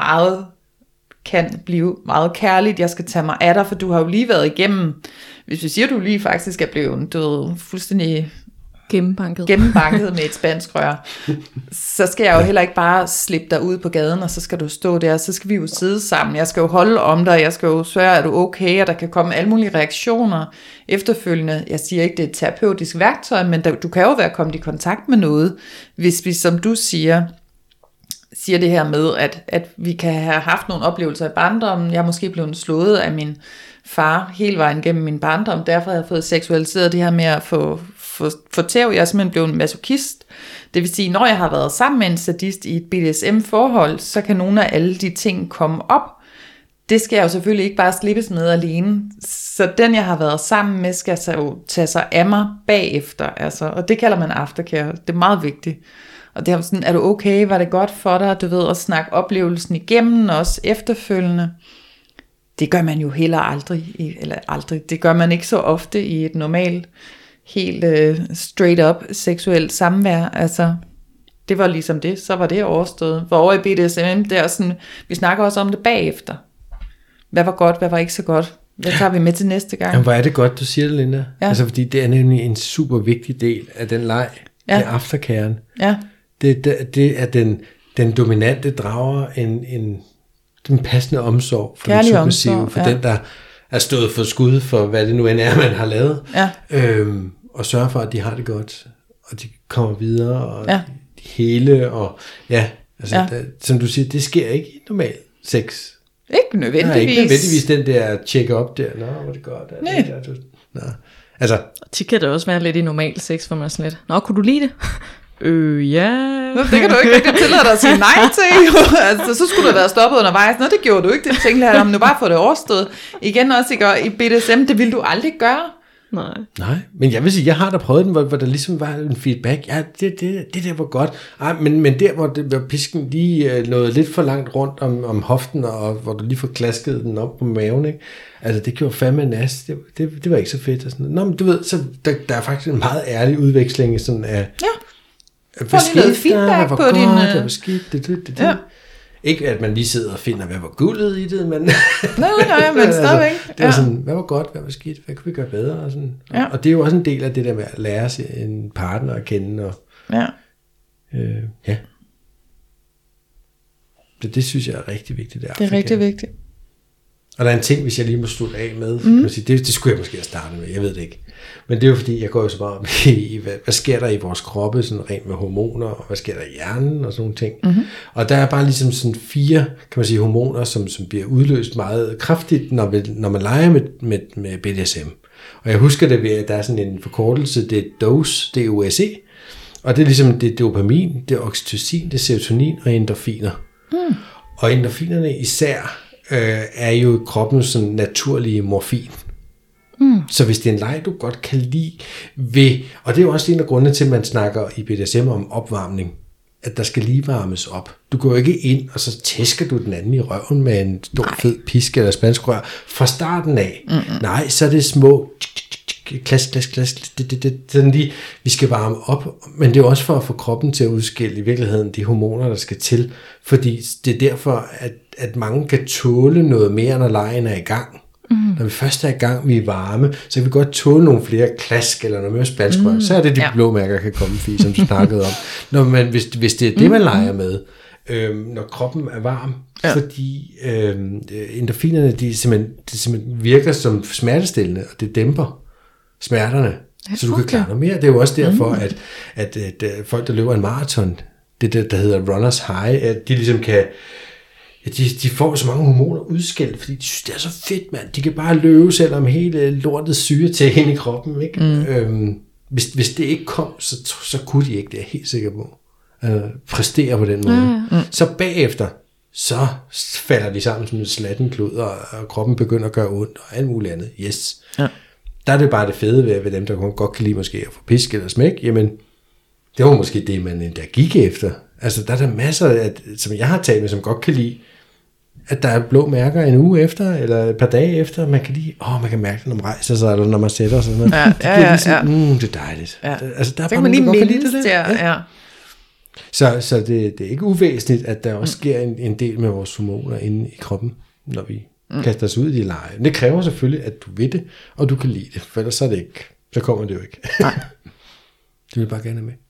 S2: kan blive meget kærligt, jeg skal tage mig af dig, for du har jo lige været igennem, hvis vi siger, du lige faktisk er blevet fuldstændig gennembanket med et spansk rør, så skal jeg jo heller ikke bare slippe dig ud på gaden, og så skal du stå der, så skal vi jo sidde sammen, jeg skal jo holde om dig, jeg skal jo sørge, at du er okay, og der kan komme alle mulige reaktioner efterfølgende. Jeg siger ikke, det er et terapeutisk værktøj, men du kan jo være kommet i kontakt med noget, hvis vi, som du siger det her med, at vi kan have haft nogle oplevelser i barndommen. Jeg er måske blevet slået af min far hele vejen gennem min barndom, derfor har jeg fået seksualiseret det her med at få tæv. Jeg er simpelthen blevet en masochist. Det vil sige, når jeg har været sammen med en sadist i et BDSM-forhold, så kan nogle af alle de ting komme op. Det skal jeg jo selvfølgelig ikke bare slippes med alene. Så den, jeg har været sammen med, skal så jo tage sig af mig bagefter. Altså, og det kalder man aftercare. Det er meget vigtigt. Og det er sådan, er du okay? Var det godt for dig? Du ved, at snakke oplevelsen igennem, også efterfølgende. Det gør man jo heller aldrig. Det gør man ikke så ofte i et normalt, helt straight up seksuelt samvær. Altså, det var ligesom det. Så var det overstået. For over i BDSM, det er sådan, vi snakker også om det bagefter. Hvad var godt? Hvad var ikke så godt? Hvad tager vi med til næste gang?
S3: Jamen, hvor er det godt, du siger det, Linda. Ja. Altså, fordi det er nemlig en super vigtig del af den leg. Ja. Det er aftercaren. Ja. Det er den dominante drager den passende omsorg for den submissive, for den, der er stået for skud for, hvad det nu end er, man har lavet. Ja. Og sørge for, at de har det godt, og de kommer videre, og hele, og som du siger, det sker ikke i normal sex.
S2: Ikke nødvendigvis.
S3: Nej, ikke nødvendigvis den der check-up der. Nå, hvor det godt. Nå. Altså.
S4: Det kan det også være lidt i normal sex, hvor man er sådan lidt, nå, kunne du lide det? Ja.
S2: Nå, det kan du ikke rigtig tillade dig at sige nej til. Altså, så skulle du have været stoppet undervejs. Nå, det gjorde du ikke. Det tænkte jeg, om nu bare få det overstået. Igen også, ikke? Og i BDSM, det ville du aldrig gøre.
S3: Nej, men jeg vil sige, jeg har da prøvet den, hvor der ligesom var en feedback. Ja, det der var godt. Men der, hvor pisken lige nåede lidt for langt rundt om hoften, og hvor du lige får klasket den op på maven, ikke? Altså, det gjorde fandme nas. Det var ikke så fedt. Og sådan. Nå, men du ved, så der er faktisk en meget ærlig udveksling sådan af... Ja.
S2: Få lige noget feedback på din...
S3: Det var skidt, Ja. Ikke at man lige sidder og finder, hvad var guldet i det, men...
S2: Nej, men stadigvæk.
S3: Altså, det var sådan, hvad var godt, hvad var skidt, hvad kunne vi gøre bedre? Og, sådan. Og det er jo også en del af det der med at lære en partner at kende. Og, Det synes jeg er rigtig vigtigt.
S2: Det er rigtig vigtigt.
S3: Og der er en ting, hvis jeg lige må slutte af med, kan man sige, det skulle jeg måske have startet med, jeg ved det ikke. Men det er jo fordi, jeg går jo så meget op i, hvad sker der i vores kroppe, sådan rent med hormoner, og hvad sker der i hjernen og sådan nogle ting. Og der er bare ligesom sådan 4, kan man sige, hormoner, som bliver udløst meget kraftigt, når man leger med BDSM. Og jeg husker det ved, at der er sådan en forkortelse, det er DOSE, D-O-S-E, og det er ligesom, det er dopamin, det er oxytocin, det er serotonin og endorfiner. Og endorfinerne især er jo kroppens sådan naturlige morfin. Så hvis det er en leg, du godt kan lide og det er jo også en af grundene til, at man snakker i BDSM om opvarmning, at der skal lige varmes op. Du går ikke ind, og så tæsker du den anden i røven med en stor fed pisk eller spansk rør fra starten af. Nej, så er det små klask. Sådan lige, vi skal varme op, men det er også for at få kroppen til at udskille i virkeligheden de hormoner, der skal til, fordi det er derfor, at mange kan tåle noget mere, når legen er i gang. Når vi først er i gang, vi er varme, så kan vi godt tåle nogle flere klask eller noget mere spanskrør. Så er det de blå mærker, kan komme fri, som du snakkede om. Hvis det er det, man leger med, når kroppen er varm, fordi endorfinerne, de simpelthen virker som smertestillende, og det dæmper smerterne, så du kan klare noget mere. Det er jo også derfor, at folk, der løber en maraton, det der hedder runners high, at de ligesom kan... Ja, de får så mange hormoner udskilt, fordi de synes, det er så fedt, mand. De kan bare løbe, selvom hele lortet syre til ind i kroppen. Ikke? Hvis det ikke kom, så kunne de ikke, det er jeg helt sikker på. Præstere på den måde. Så bagefter, så falder de sammen som en slattenklud, og kroppen begynder at gøre ondt, og alt muligt andet. Yes. Ja. Der er det bare det fede ved dem, der godt kan lide måske at få pisk eller smæk. Jamen, det var måske det, man endda gik efter. Altså, der er der masser, som jeg har talt med, som godt kan lide, at der er blå mærker en uge efter, eller et par dage efter, man kan lige, man kan mærke, når man rejser sig, eller når man sætter sig. Det er dejligt. Ja. Altså, der er bare
S2: man lige
S3: mindes
S2: det. Ja.
S3: Så det er ikke uvæsentligt, at der også sker en del med vores hormoner inde i kroppen, når vi kaster os ud i de lege. Men det kræver selvfølgelig, at du ved det, og du kan lide det, for ellers så er det ikke, så kommer det jo ikke. Nej. Det vil bare gerne med.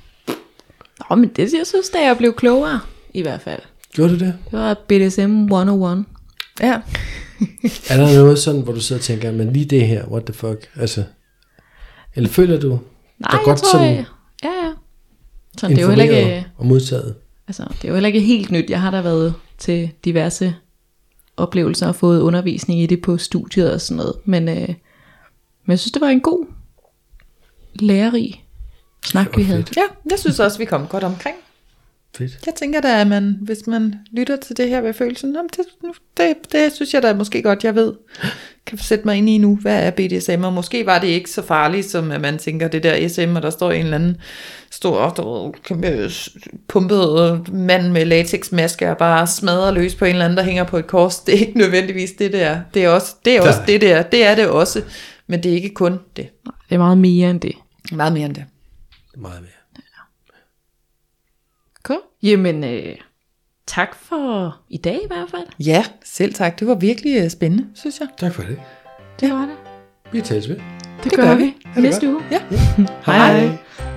S4: Nå, men det jeg synes, da jeg blev klogere, i hvert fald.
S3: Gjorde du det?
S4: Det var BDSM 101. Ja.
S3: Er der noget sådan, hvor du sidder og tænker, men lige det her, what the fuck? Altså, eller føler du,
S4: nej,
S3: der godt
S4: tror,
S3: sådan
S4: ja. Så det er jo heller ikke,
S3: og modtaget? Altså,
S4: det er jo heller ikke helt nyt. Jeg har da været til diverse oplevelser og fået undervisning i det på studiet og sådan noget. Men jeg synes, det var en god, lærerig snak, vi havde.
S2: Ja, jeg synes også, vi kom godt omkring.
S3: Fedt.
S2: Jeg tænker da, at hvis man lytter til det her, vil føle sådan, det synes jeg da måske godt, jeg ved, kan sætte mig ind i nu, hvad er BDSM, og måske var det ikke så farligt, som at man tænker, det der SM, og der står en eller anden stor, kæmpe pumpet mand med latexmaske, og bare smadrer løs på en eller anden, der hænger på et kors. Det er ikke nødvendigvis det der. Det er også det der. Det er det også, men det er ikke kun det.
S4: Det er meget mere end det.
S2: Meget mere end det.
S3: Meget mere.
S4: Cool. Jamen, tak for i dag i hvert fald.
S2: Ja, selv tak. Det var virkelig spændende, synes jeg.
S3: Tak for det.
S4: Det var det.
S3: Vi tales ved.
S4: Det gør vi. Næste uge.
S2: Ja.
S3: Hej.